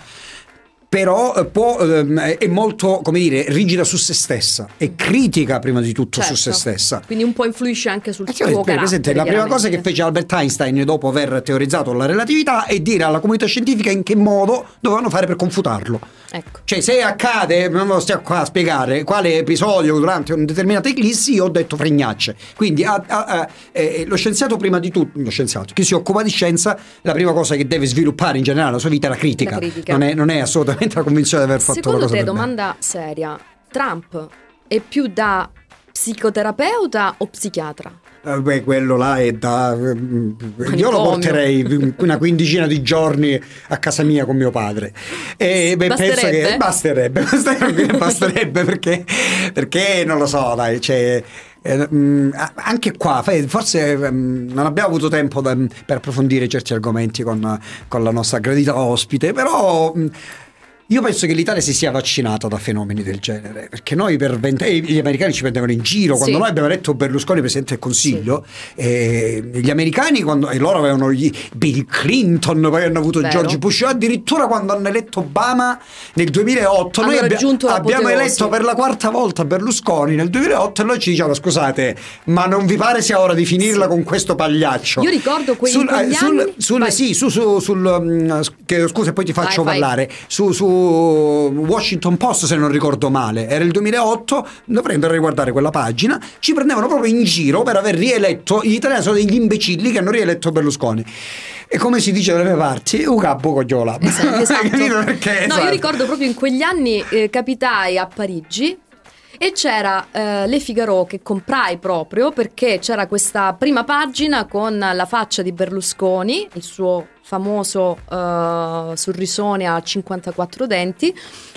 però può, è molto, come dire, rigida su se stessa, è critica prima di tutto, certo, su se stessa, quindi un po' influisce anche sul eh, tuo per carattere. esempio, la prima cosa che fece Albert Einstein dopo aver teorizzato la relatività è dire alla comunità scientifica in che modo dovevano fare per confutarlo. Ecco. Cioè, se accade, non lo stiamo qua a spiegare quale episodio durante una determinata eclissi, io ho detto fregnacce. Quindi a, a, a, eh, lo scienziato prima di tutto, lo scienziato, chi si occupa di scienza, la prima cosa che deve sviluppare in generale nella sua vita è la critica, la critica. Non, è, non è assolutamente la convinzione di aver fatto Secondo la cosa te, per domanda me. seria, Trump è più da psicoterapeuta o psichiatra? Uh, beh, quello là è da uh, io lo porterei una quindicina di giorni a casa mia con mio padre e beh, penso che basterebbe basterebbe, basterebbe perché, perché non lo so, dai, cioè, eh, mh, anche qua forse mh, non abbiamo avuto tempo da, per approfondire certi argomenti con, con la nostra gradita ospite, però mh, io penso che l'Italia si sia vaccinata da fenomeni del genere, perché noi per vent'anni gli americani ci prendevano in giro, quando sì. noi abbiamo eletto Berlusconi presidente del Consiglio, sì. e gli americani quando, e loro avevano gli Bill Clinton, poi hanno avuto Vero. George Bush, addirittura quando hanno eletto Obama nel duemilaotto hanno noi abbia, abbiamo eletto per la quarta volta Berlusconi nel duemilaotto e noi ci diciamo scusate, ma non vi pare sia ora di finirla sì. con questo pagliaccio? Io ricordo quei, sul, quegli sul, anni sul, sì, su, su, sul um, che, scusa poi ti faccio vai, parlare vai. su, su Washington Post, se non ricordo male, era il duemilaotto, dovrei andare a riguardare quella pagina, ci prendevano proprio in giro per aver rieletto gli italiani, sono degli imbecilli che hanno rieletto Berlusconi. E come si dice dalle mie parti, un capo cogliola. Esatto, esatto. Perché, no, esatto. Io ricordo proprio in quegli anni eh, capitai a Parigi e c'era eh, Le Figaro che comprai proprio perché c'era questa prima pagina con la faccia di Berlusconi, il suo famoso uh, sorrisone a cinquantaquattro denti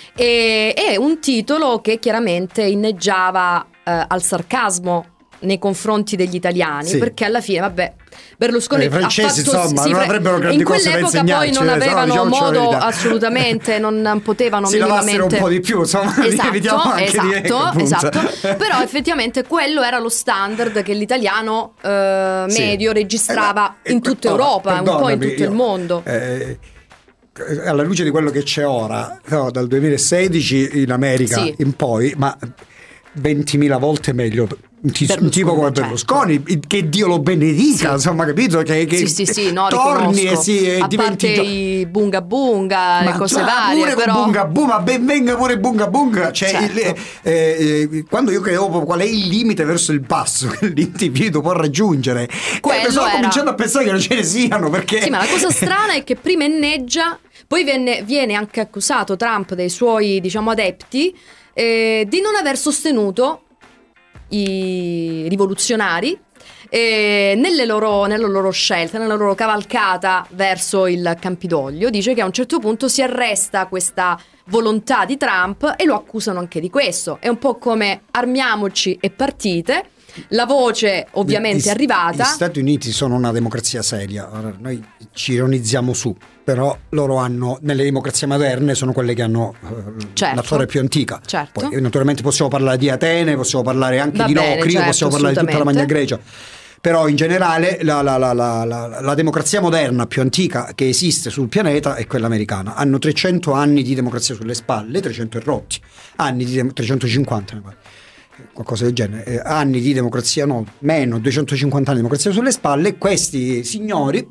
e, e un titolo che chiaramente inneggiava uh, al sarcasmo nei confronti degli italiani, sì. perché alla fine vabbè Berlusconi i francesi ha fatto, insomma sì, non avrebbero grandi in cose da quell'epoca poi non eh, avevano no, modo assolutamente, non potevano si minimamente lavassero un po' di più, insomma, esatto, anche esatto, di esatto. Però effettivamente quello era lo standard che l'italiano eh, medio sì. registrava eh, in tutta Europa, un po' in tutto io, il mondo. Eh, alla luce di quello che c'è ora, no, dal duemilasedici in America sì. in poi, ma ventimila volte meglio un tipo come Berlusconi, certo. che Dio lo benedica, sì. insomma, capito? Che, che sì, sì, sì, no, torni e si e a diventi parte i bunga bunga ma e cose già, varie, pure però bunga bunga, ben venga pure bunga bunga, cioè certo. il, eh, eh, quando io credevo qual è il limite verso il basso che l'individuo può raggiungere, quello e sto era... cominciando a pensare che non ce ne siano, perché sì, ma la cosa strana è che prima inneggia, poi viene, viene anche accusato Trump dai suoi, diciamo, adepti eh, di non aver sostenuto i rivoluzionari E nelle loro, nella loro scelta, nella loro cavalcata verso il Campidoglio, dice che a un certo punto si arresta questa volontà di Trump e lo accusano anche di questo. È un po' come armiamoci e partite. La voce ovviamente è arrivata. Gli Stati Uniti sono una democrazia seria. Ora, noi ci ironizziamo su, però loro hanno, nelle democrazie moderne, sono quelle che hanno eh, certo. la storia più antica. Certo. Poi naturalmente possiamo parlare di Atene, possiamo parlare anche Va di bene, Locrio, certo, possiamo parlare di tutta la Magna Grecia. Però in generale la, la, la, la, la, la democrazia moderna più antica che esiste sul pianeta è quella americana. Hanno trecento anni di democrazia sulle spalle, trecento e rotti, anni di trecentocinquanta ne pare. Qualcosa del genere, eh, anni di democrazia, no, meno duecentocinquanta anni di democrazia sulle spalle. Questi signori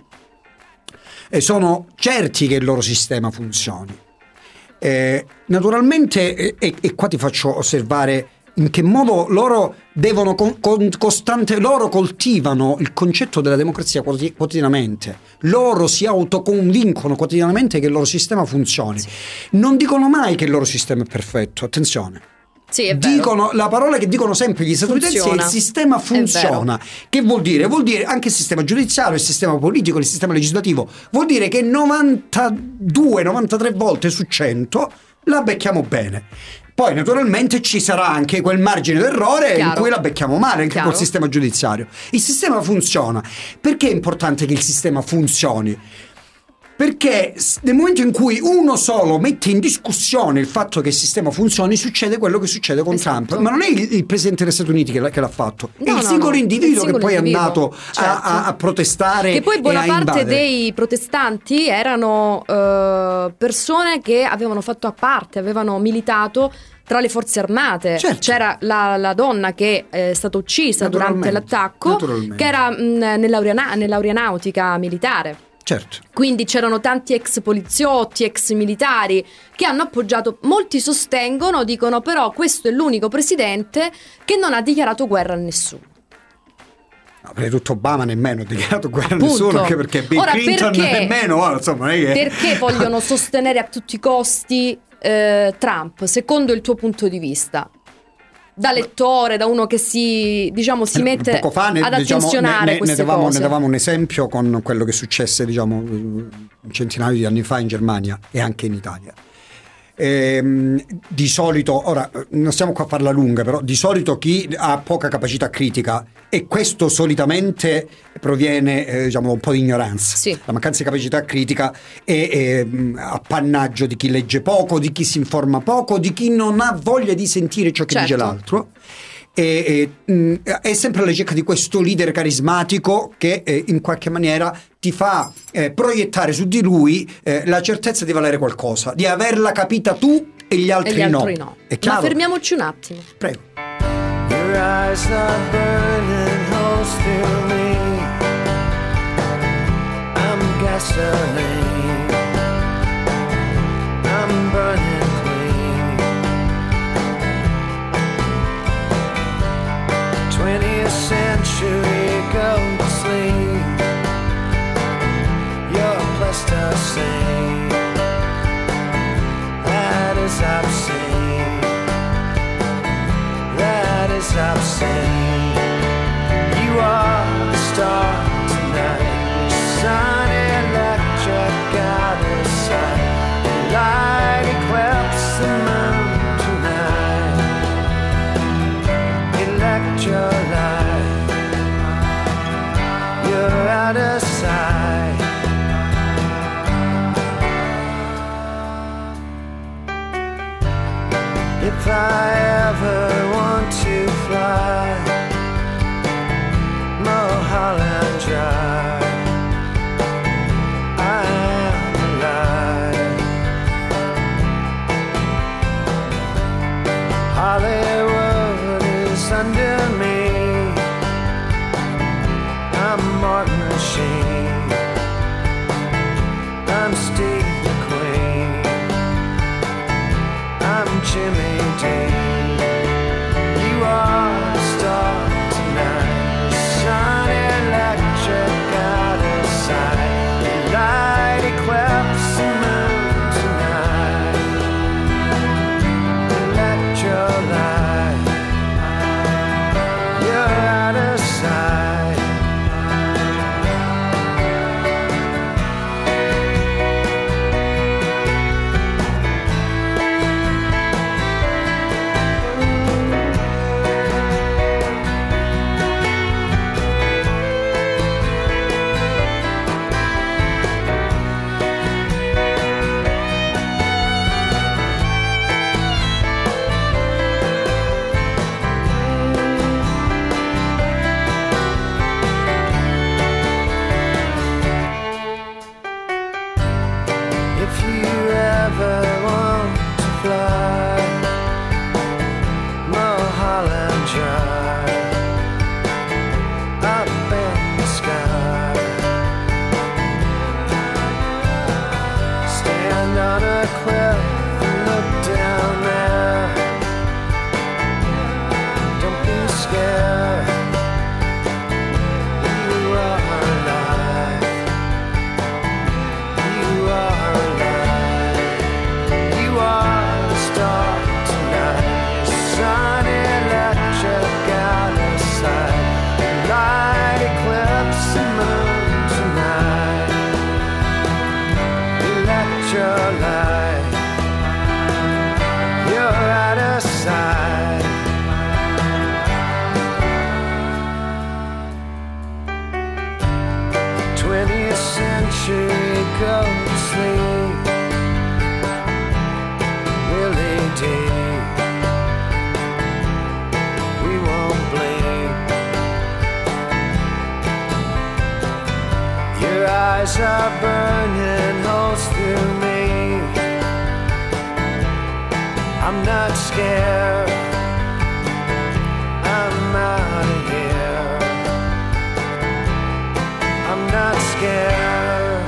eh, sono certi che il loro sistema funzioni. Eh, naturalmente, eh, e, e qua ti faccio osservare in che modo loro devono con, con, costante, loro coltivano il concetto della democrazia quotidianamente, loro si autoconvincono quotidianamente che il loro sistema funzioni. Sì. Non dicono mai che il loro sistema è perfetto, attenzione. Sì, è vero. Dicono, la parola che dicono sempre gli statunitensi è il sistema funziona. Che vuol dire? Vuol dire anche il sistema giudiziario, il sistema politico, il sistema legislativo. Vuol dire che novantadue novantatré volte su cento la becchiamo bene. Poi naturalmente ci sarà anche quel margine d'errore Chiaro. in cui la becchiamo male, anche Chiaro. col sistema giudiziario. Il sistema funziona. Perché è importante che il sistema funzioni? Perché nel momento in cui uno solo mette in discussione il fatto che il sistema funzioni, succede quello che succede con esatto. Trump. Ma non è il, il presidente degli Stati Uniti che l'ha, che l'ha fatto, no, è il no, singolo no. individuo il singolo che poi individuo. è andato certo. a, a, a protestare. Che poi buona e a parte invadere. dei protestanti erano uh, persone che avevano fatto a parte, avevano militato tra le forze armate. Certo. C'era la, la donna che è stata uccisa durante l'attacco, che era mh, nell'aeriana- nell'aeronautica militare. Certo. Quindi c'erano tanti ex poliziotti, ex militari che hanno appoggiato. Molti sostengono, dicono però questo è l'unico presidente che non ha dichiarato guerra a nessuno. No, prima di tutto Obama nemmeno ha dichiarato guerra Appunto. a nessuno, anche perché Bill Ora, Clinton perché, nemmeno, oh, insomma, non è che... perché vogliono sostenere a tutti i costi eh, Trump, secondo il tuo punto di vista? Da lettore, da uno che si, diciamo, si mette Poco fa ne, ad diciamo, attenzionare ne, ne, queste ne davamo, cose. Ne davamo un esempio con quello che successe, diciamo, un centinaio di anni fa in Germania e anche in Italia. Ehm, di solito, ora non stiamo qua a farla lunga, però di solito chi ha poca capacità critica, e questo solitamente proviene eh, diciamo da un po' di ignoranza, sì. La mancanza di capacità critica è, è mh, appannaggio di chi legge poco, di chi si informa poco, di chi non ha voglia di sentire ciò che certo. dice l'altro. E, e, mh, è sempre alla ricerca di questo leader carismatico che eh, in qualche maniera ti fa eh, proiettare su di lui eh, la certezza di valere qualcosa, di averla capita tu e gli altri, e gli altri no. no. È chiaro? Ma fermiamoci un attimo. Prego. Your eyes are burning holes through me. I'm gasoline. I'm burning clean. twentieth century go to sleep. You're plasticine. That is obscene. That is obscene. You are the star tonight. Sun electric out of sight. Light eclipse the moon tonight. Electrolyte. You're out of sight. If I ever want to fly Mulholland Drive, I am alive. Hollywood is under me. I'm Martin Sheen. I'm Steve McQueen. I'm Jimmy Dean. You are the star tonight. Sun electric out of sight. Light eclipse the moon tonight. Electrolyte. Flames are burning holes through me. I'm not scared. I'm out of here. I'm not scared.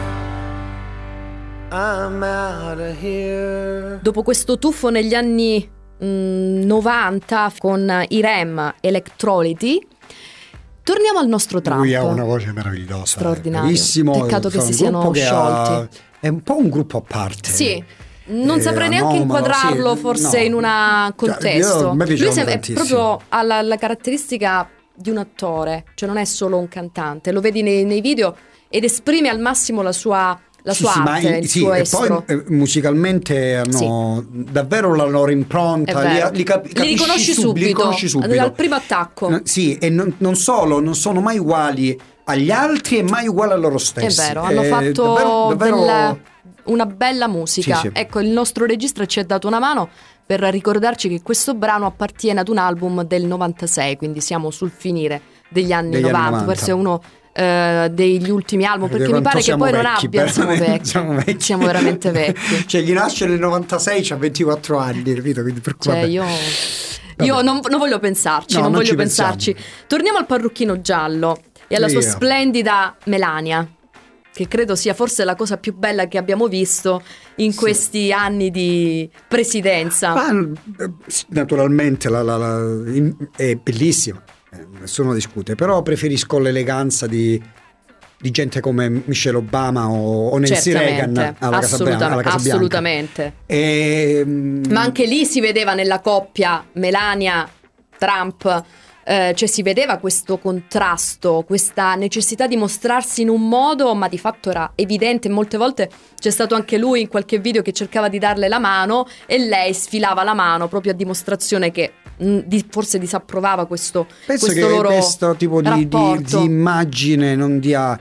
I'm out of here. Dopo questo tuffo negli anni mh, novanta con i R E M Electrolyte, torniamo al nostro Trump. Lui ha una voce meravigliosa, straordinario. bravissimo. Peccato che Fa si un siano gruppo che sciolti. ha- è un po' un gruppo a parte. Sì, non Eh, saprei neanche anomalo, inquadrarlo sì, forse no. in un Cioè, contesto. io- a me Lui piacevano sem- è tantissimo. proprio ha la, la caratteristica di un attore, cioè non è solo un cantante, lo vedi nei, nei video ed esprime al massimo la sua, la Sì, sua sì, ma arte, in- il sì, suo e estro. poi eh, musicalmente hanno davvero la loro impronta, È vero. li, li, cap- Li capisci riconosci sub- li subito, riconosci subito. dal primo attacco. No, sì, e non, non solo, non sono mai uguali agli altri e mai uguali a loro È stessi. vero, hanno Eh, fatto davvero- davvero- del- una bella musica. Sì, sì. Ecco, il nostro regista ci ha dato una mano per ricordarci che questo brano appartiene ad un album del novantasei, quindi siamo sul finire degli anni Degli anni novanta, novanta. forse è uno eh, degli ultimi album, Vedete perché mi quanto pare che siamo poi non vecchi, abbia, siamo veramente, vecchi, siamo vecchi. siamo veramente vecchi. Cioè chi nasce nel novantasei c'ha ventiquattro anni, capito? Quindi per Cioè vabbè. io, Vabbè. io non, non voglio pensarci, No, non non voglio ci pensarci. pensiamo. Torniamo al parrucchino giallo e alla sua Via. splendida Melania, che credo sia forse la cosa più bella che abbiamo visto in questi anni di presidenza. Ma, eh, sì, naturalmente la, la- la- in- è bellissima, eh, nessuno discute, però preferisco l'eleganza di, di gente come Michelle Obama o, o Nancy Certamente, Reagan alla Casa assolutam- Bianca. Alla Casa Bianca. assolutamente. E, mm, Ma anche lì si vedeva nella coppia Melania-Trump, eh, cioè si vedeva questo contrasto, questa necessità di mostrarsi in un modo, ma di fatto era evidente. Molte volte c'è stato anche lui in qualche video che cercava di darle la mano e lei sfilava la mano proprio a dimostrazione che mh, di- forse disapprovava questo, penso questo che loro questo tipo di, di, rapporto. di immagine non dia,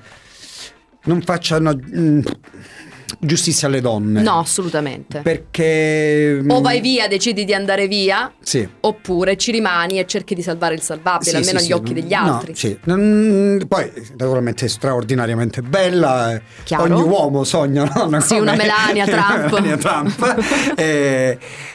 non faccia una, mm, giustizia alle donne. No, assolutamente. Perché O vai via, decidi di andare via, sì. oppure ci rimani e cerchi di salvare il salvabile, Sì, almeno sì, agli sì, occhi no, degli altri. no, sì. Mm, poi naturalmente è straordinariamente bella, eh, Chiaro. ogni uomo sogna, no? Una Sì, come- una Melania Trump. Melania Trump. Eh,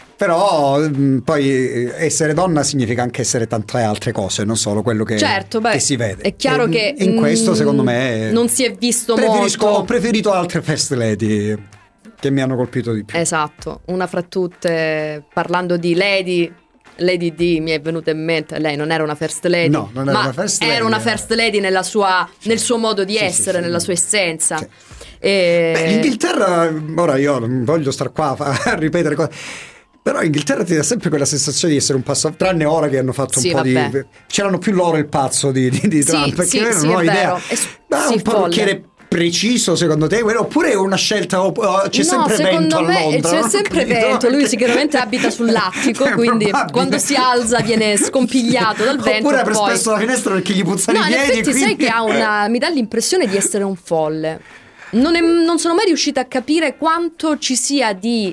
però mm, poi eh, essere donna significa anche essere tante altre cose, non solo quello che, Certo, beh, che si vede. è chiaro E- che e in questo mm, secondo me non si è visto preferisco, molto. ho preferito altre first lady che mi hanno colpito di più. Esatto, una fra tutte, parlando di Lady Lady D, mi è venuta in mente, lei non era una first lady, No, non era ma una first era lady, una era- first lady nella sua, nel suo modo di Sì, sì, essere, sì, nella sì. sua essenza. Sì. E- Beh, l'Inghilterra, ora io non voglio star qua a, a ripetere cose, però Inghilterra ti dà sempre quella sensazione di essere un passo, tranne ora che hanno fatto un Sì, po' vabbè. di, c'erano più loro il pazzo di, di, di Sì, Trump, perché sì, io sì, non ho è idea. vero. È s- Ma sì, un parrucchiere folle. preciso secondo te, oppure è una scelta, o- o c'è no, sempre secondo vento a me Londra? c'è non ho sempre capito. vento. Lui sicuramente abita sull'attico, È quindi probabile. quando si alza viene scompigliato dal vento. Oppure apre poi... spesso la finestra perché gli puzzano No, i in piedi. effetti e quindi... sai che ha una, mi dà l'impressione di essere un folle. Non, è- non sono mai riuscita a capire quanto ci sia di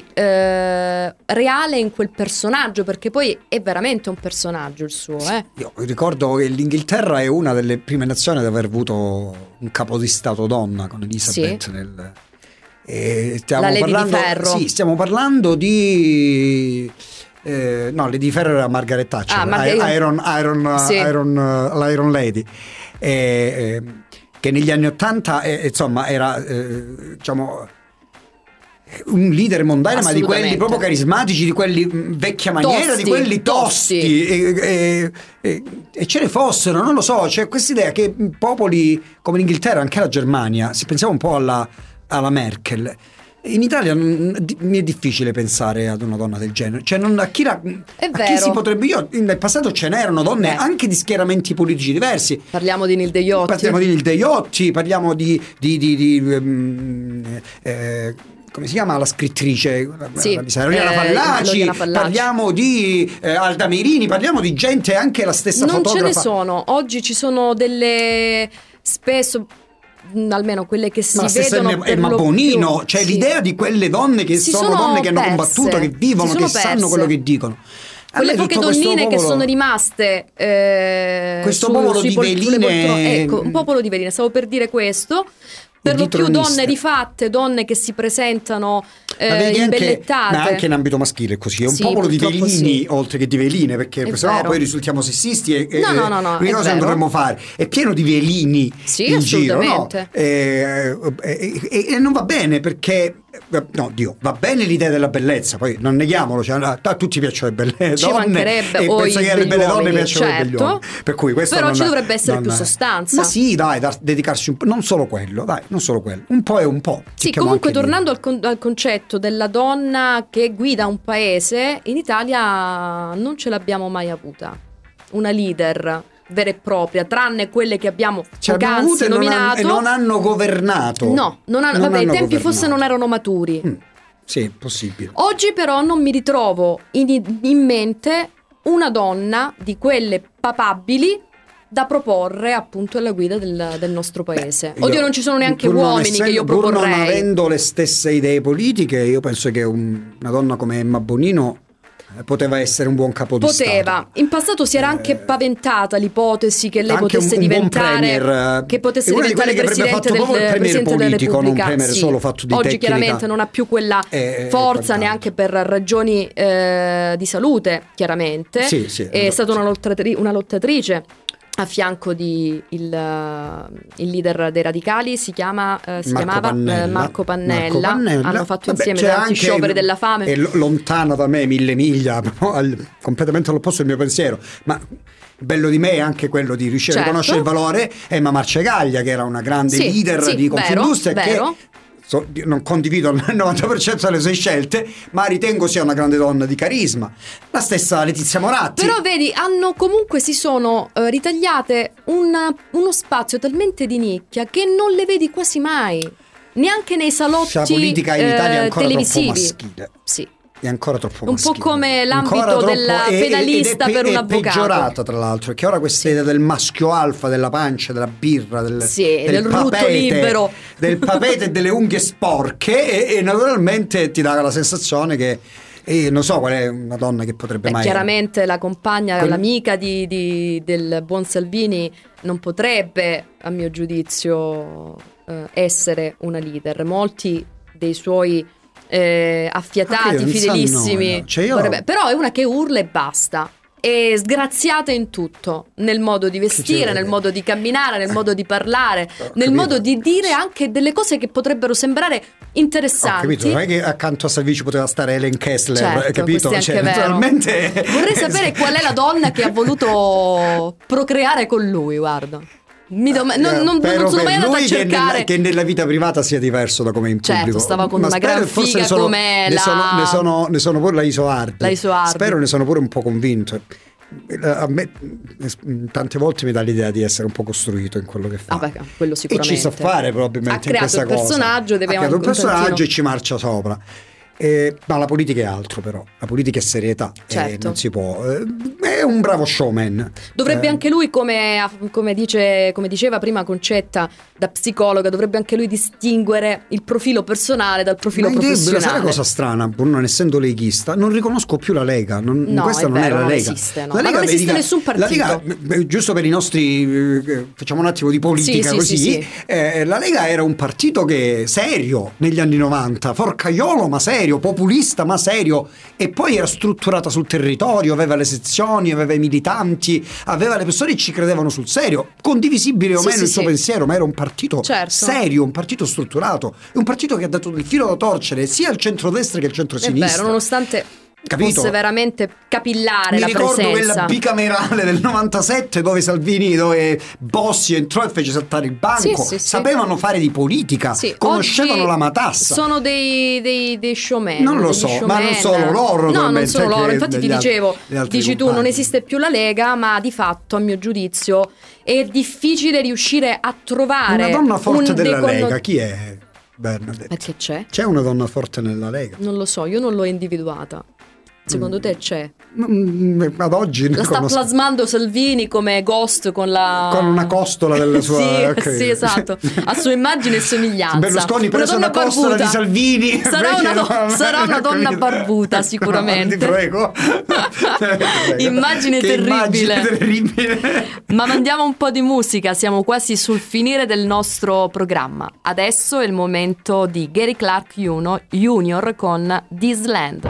eh, reale in quel personaggio, perché poi è veramente un personaggio il suo, eh. Io ricordo che l'Inghilterra è una delle prime nazioni ad aver avuto un capo di stato donna con Elizabeth Sì. nel, e stiamo La Lady di parlando, Ferro. Sì, stiamo parlando di eh, no, Lady di Ferro era Margaret Thatcher, Ah, Margaret- Iron, Iron, Sì. Iron, uh, l'Iron Lady, eh, eh, che negli anni Ottanta eh, insomma era eh, diciamo un leader mondiale, ma di quelli Assolutamente. proprio carismatici, di quelli mh, vecchia maniera, Tosti, di quelli tosti, tosti. E, e- e- e ce ne fossero, non lo so, c'è questa idea che popoli come l'Inghilterra, anche la Germania, si pensava un po' alla, alla Merkel. In Italia mm, di- mi è difficile pensare ad una donna del genere, cioè non, a chi, la, È a chi vero. si potrebbe, io nel passato ce n'erano donne Beh. anche di schieramenti politici diversi. Parliamo di Neil Deiotti. Parliamo di Neil Deiotti, parliamo di, di, di, di, ehm, eh, come si chiama la scrittrice? Sì, Mi sa, Loriana eh, Fallaci, Loriana Fallaci. parliamo di eh, Alda Meirini, parliamo di gente, anche la stessa Non ce fotografa. ne sono. Oggi ci sono delle spesso mh, almeno quelle che si Ma la stessa vedono Emma, per Emma lo Bonino, più. cioè Sì. l'idea di quelle donne che Si sono, sono donne che hanno perse. combattuto, che vivono, Si che sono sanno perse. quello che dicono. A Quelle me poche tutto questo donnine che popolo- sono rimaste eh, Questo su- popolo sui di pol- sulle veline- poltrone- ecco, un popolo di veline, stavo per dire questo, per lo più troniste. donne rifatte, donne che si presentano Ma eh, vedi anche, imbellettate. ma anche in ambito maschile è così, è un Sì, popolo di purtroppo velini sì. oltre che di veline, perché È sennò vero. poi risultiamo sessisti e, e No, no, no, no, l'unica è cosa che non vero. dovremmo fare è pieno di velini Sì, in giro, no? assolutamente. E, e- e- e non va bene perché no, Dio, va bene l'idea della bellezza, poi non neghiamolo, cioè, a a tutti piacciono le belle Ci donne mancherebbe, e o penso i che alle begli belle donne uomini, piacciono le begli certo. uomini. Per cui questo Però non- ci dovrebbe essere non- più sostanza. Ma sì, dai, da dedicarsi un po', non solo quello, dai, non solo quello, un po' e un po'. Sì, cerchiamo comunque anche di- tornando al, con- al concetto della donna che guida un paese, in Italia non ce l'abbiamo mai avuta. Una leader vera e propria, tranne quelle che abbiamo Ce l'abbiamo poc'anzi avute e non, han- nominato. e non hanno governato. No, non hanno, Non vabbè, hanno i tempi governato. forse non erano maturi. Mm, sì, possibile. Oggi però non mi ritrovo in, in mente una donna di quelle papabili da proporre appunto alla guida del, del nostro paese. Io, Oddio, non ci sono neanche pur non uomini essendo- che io pur non proporrei. avendo le stesse idee politiche, io penso che un- una donna come Emma Bonino eh, poteva essere un buon capo di Poteva. Stato. In passato si era anche paventata l'ipotesi che lei Anche potesse un, un buon diventare premier, eh, che potesse è una di diventare quelle che avrebbe presidente fatto del, proprio il premier presidente della politico, non un Repubblica. premier Sì. solo fatto di Oggi tecnica chiaramente non ha più quella e- e forza quant'altro. neanche per ragioni eh, di salute, chiaramente. Sì, sì, È esatto. stata una, lottatri- una lottatrice a fianco di il, il leader dei radicali, si chiama eh, si Marco chiamava Pannella. eh, Marco Pannella. Marco Pannella. Hanno fatto Vabbè, insieme c'è tanti anche- scioperi della fame. È lo- lontano da me, mille miglia, no? Al- completamente all'opposto del mio pensiero. Ma bello di me è anche quello di riuscire Certo. a riconoscere il valore. Emma Marcegaglia, che era una grande Sì, leader sì, di vero, Confindustria, vero. che so- non condivido il novanta per cento delle sue scelte, ma ritengo sia una grande donna di carisma. La stessa Letizia Moratti. Però vedi, hanno comunque si sono eh, ritagliate una- uno spazio talmente di nicchia che non le vedi quasi mai, neanche nei salotti la politica in Italia è eh, ancora televisivi. troppo maschile. Sì. È ancora troppo Un po' maschile. come l'ambito Ancora troppo- della e- ed è pedalista pe- per un è avvocato. peggiorata tra l'altro, perché ora questa idea del maschio alfa, della pancia, della birra, del, Sì, del rutto libero. del papete e delle unghie sporche e, e naturalmente ti dà la sensazione che e non so qual è una donna che potrebbe Beh, mai chiaramente la compagna, Quel- l'amica di, di- del buon Salvini non potrebbe, a mio giudizio, eh, essere una leader. Molti dei suoi eh, Ah, affiatati, io non so, fidelissimi, no, cioè io- vorrebbe- però è una che urla e basta. È sgraziata in tutto, nel modo di vestire, c'è- nel modo di camminare, nel modo di parlare, Ho nel capito. modo di dire anche delle cose che potrebbero sembrare Ho interessanti. capito, non è che accanto a Salvini ci poteva stare Helen Kessler, Certo, hai capito? questo è Cioè, anche vero. naturalmente Vorrei sapere qual è la donna che ha voluto procreare con lui, guarda. Mi dom- non, non, Spero non sono per mai andata a lui che cercare. nella, che nella vita privata sia diverso da come in Certo, pubblico. stava con Ma una spero gran che forse figa ne sono, come ne la- sono, ne sono, ne sono pure la Isoardi. La Isoardi. Spero ne sono pure un po' convinto. A me tante volte mi dà l'idea di essere un po' costruito in quello che fa. Ah, beh, quello e sicuramente. ci sa fare probabilmente Ha in creato questa il cosa. personaggio, deve ha creato un un tantino- personaggio e ci marcia sopra. Eh, ma la politica è altro, però la politica è serietà, eh, Certo. non si può. Eh, è un bravo showman. Dovrebbe Eh, anche lui, come, come, dice, come diceva prima Concetta, da psicologa, dovrebbe anche lui distinguere il profilo personale dal profilo Ma in Lega, sai professionale. la cosa strana, pur non essendo leghista, non riconosco più la Lega. Non, No, questa è non vero, è la non Lega. esiste, no. La Ma Lega non esiste vedi- nessun La Lega, partito. eh, giusto per i nostri, eh, facciamo un attimo di politica Sì, sì, così. sì, sì. eh, la Lega era un partito che serio negli anni novanta, forcaiolo ma serio, populista ma serio, e poi era strutturata sul territorio, aveva le sezioni, aveva i militanti, aveva le persone che ci credevano sul serio, condivisibile o Sì, meno sì, il suo sì. pensiero, ma era un partito Certo. serio, un partito strutturato, è un partito che ha dato il filo da torcere sia al centrodestra che al È centrosinistra. vero, nonostante Capito? fosse veramente capillare Mi la ricordo presenza. quella bicamerale del novantasette dove Salvini, dove Bossi entrò e fece saltare il banco. Sì, sì, sì. Sapevano fare di politica, Sì, conoscevano oggi la matassa. Sono dei, dei, dei showman. Non lo degli so, ma showman. non solo loro, No, non naturalmente, solo loro. anche Infatti ti degli altri- dicevo, degli altri dici tu, compagni. non esiste più la Lega, ma di fatto, a mio giudizio, è difficile riuscire a trovare Una donna forte un della deconno- Lega, chi è Bernadette? Perché c'è? C'è una donna forte nella Lega. Non lo so, io non l'ho individuata. secondo te c'è? Mm, ad oggi ne La sta conosco. plasmando Salvini come Ghost con la... Con una costola della sua... sì, ok. sì, esatto, a sua immagine e somiglianza. Berlusconi preso una, donna costola barbuta. di Salvini. Sarà una, do- no, sarà una donna capito. barbuta sicuramente. Ti prego. Immagine Che terribile. immagine terribile. Ma mandiamo un po' di musica, siamo quasi sul finire del nostro programma. Adesso è il momento di Gary Clark Junior con This Land.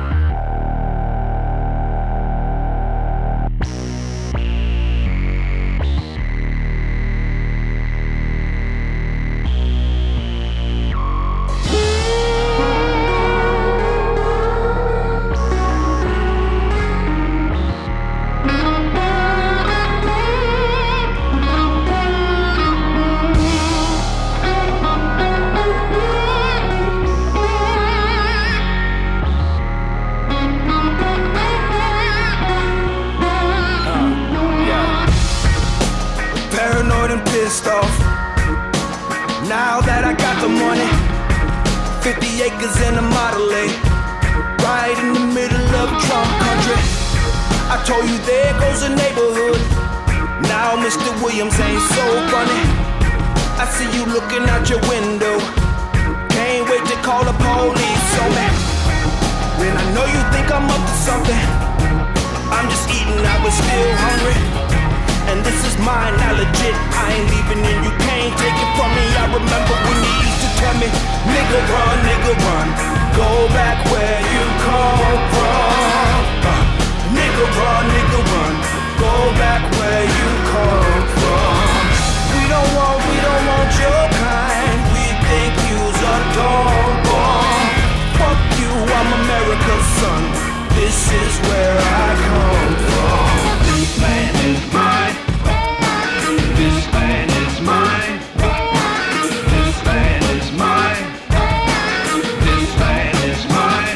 Pissed off. Now that I got the money, fifty acres in a Model A, right in the middle of Trump country. I told you there goes a neighborhood. Now Mister Williams ain't so funny. I see you looking out your window. Can't wait to call the police on me. When I know you think I'm up to something, I'm just eating, I was still hungry. And this is mine, now legit, I ain't leaving and you can't take it from me. I remember when you used to tell me, nigga run, nigga run, go back where you come from. uh, Nigga run, nigga run, go back where you come from. We don't want, we don't want your kind, we think you's a dumb bomb. Fuck you, I'm America's son, this is where I come from. This land is mine. This land is mine. This land is mine. This land is mine.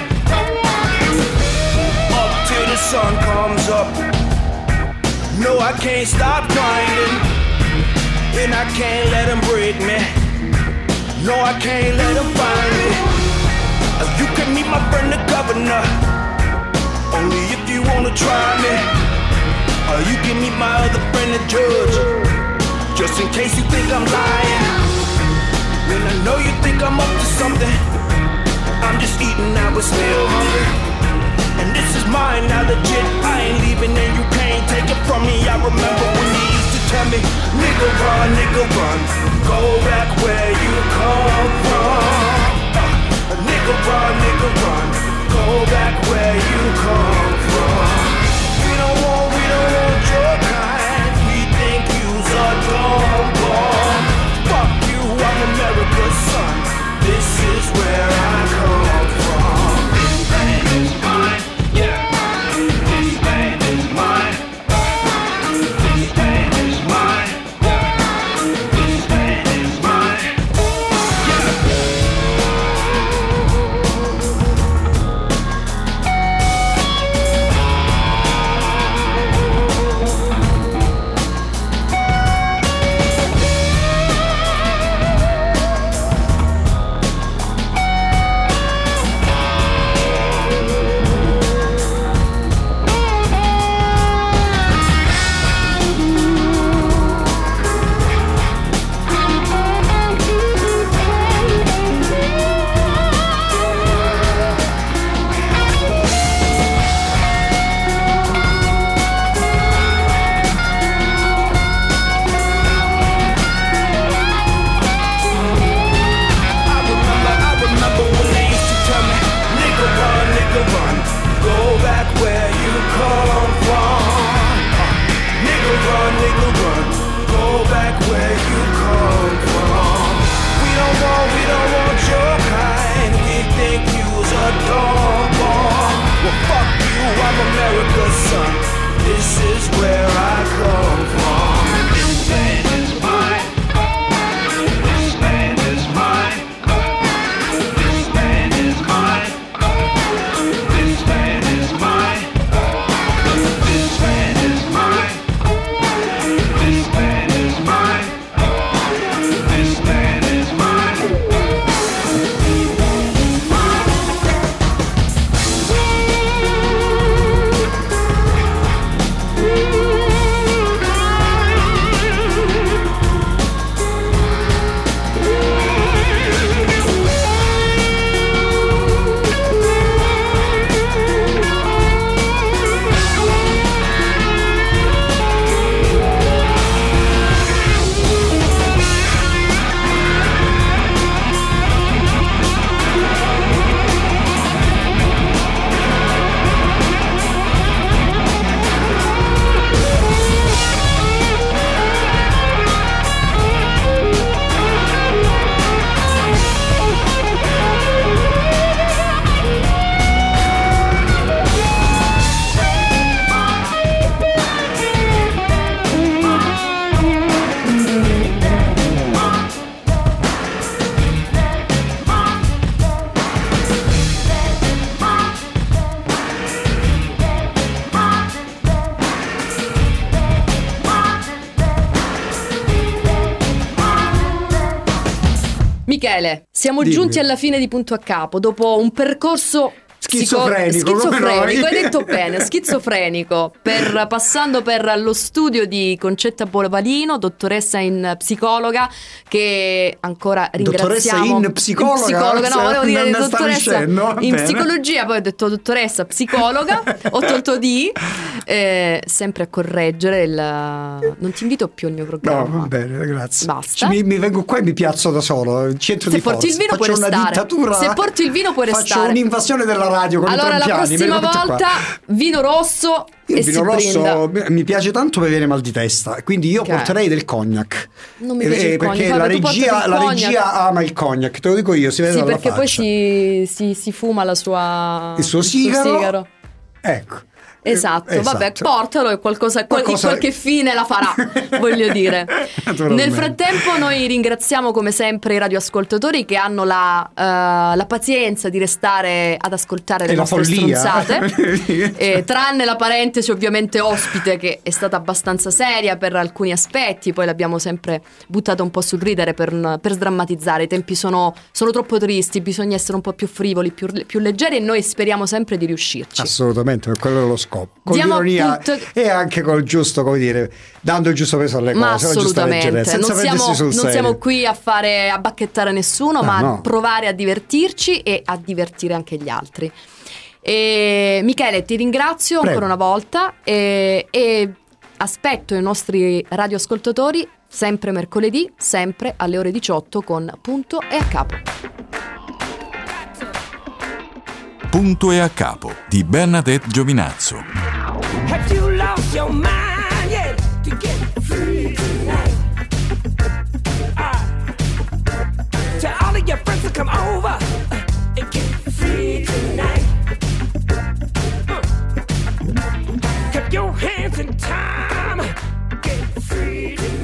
Up till the sun comes up. No, I can't stop grinding. And I can't let them break me. No, I can't let them find me. You can meet my friend the governor, only if you wanna try me. Or you can meet my other friend the judge, just in case you think I'm lying. When I know you think I'm up to something, I'm just eating, I was still hungry. And this is mine, now legit, I ain't leaving and you can't take it from me. I remember when you used to tell me, nigga run, nigga run, go back where you come from. uh, Nigga run, nigga run, go back where you come from. We don't want, we don't want your kind, we think you's a dumb bomb. Fuck you, I'm America's son, this is where I come from. This land is mine, yeah. This land is mine. This land is mine, yeah. This land is mine, yeah. Michele, siamo Dimmi. giunti alla fine di Punto a Capo dopo un percorso schizofrenico, psico- schizofrenico, come hai detto bene, schizofrenico, per, passando per lo studio di Concetta Bovalino, dottoressa in psicologa, che ancora ringraziamo. Dottoressa in psicologa? In psicologa, no, volevo dire Non ne stavi dottoressa dicendo? in Bene. psicologia, poi ho detto dottoressa psicologa, ho tolto di, eh, sempre a correggere il... Non ti invito più al mio No, programma. va bene, grazie. Basta. Ci- mi, mi vengo qua e mi piazzo da solo, centro Se di porti forza. il vino Faccio puoi una restare. dittatura. Se porti il vino puoi Faccio restare. un'invasione della radio con Allora i la trampiani. me prossima lo metto qua. volta vino rosso Io e il vino si brinda. rosso mi piace tanto per avere mal di testa, quindi io Ok. porterei del cognac. Non mi piace Eh, il perché cognac, la vabbè, tu portati regia, il la cognac. regia ama il cognac, te lo dico io, si vede Sì, dalla perché poi faccia. si, si, si fuma la sua Il suo sigaro. Ecco. Esatto, Eh, vabbè, esatto. portalo e qualcosa, qual- Qualcosa- qualche fine la farà, voglio dire. Naturalmente. Nel frattempo noi ringraziamo come sempre i radioascoltatori che hanno la, eh, la pazienza di restare ad ascoltare le E la nostre follia. stronzate, eh, tranne la parentesi ovviamente ospite che è stata abbastanza seria per alcuni aspetti, poi l'abbiamo sempre buttata un po' sul ridere per, per sdrammatizzare. I tempi sono, sono troppo tristi, bisogna essere un po' più frivoli, più, più leggeri e noi speriamo sempre di riuscirci. Assolutamente, per quello è lo scopo. Con Diamo l'ironia appunto- e anche col giusto, come dire, dando il giusto peso alle Ma cose, la giusta assolutamente, leggerezza, non senza siamo, prendersi sul non serio. siamo qui a fare a bacchettare nessuno, No, ma no. a provare a divertirci e a divertire anche gli altri. E, Michele, ti ringrazio Prego. ancora una volta e, e aspetto i nostri radioascoltatori sempre mercoledì, sempre alle ore diciotto con Punto e a Capo. Punto e a Capo di Bernadette Giovinazzo. Have you lost your mind yet to get free tonight? Uh, tell all of your friends to come over uh, and get free tonight. Uh, keep your hands in time, get free tonight.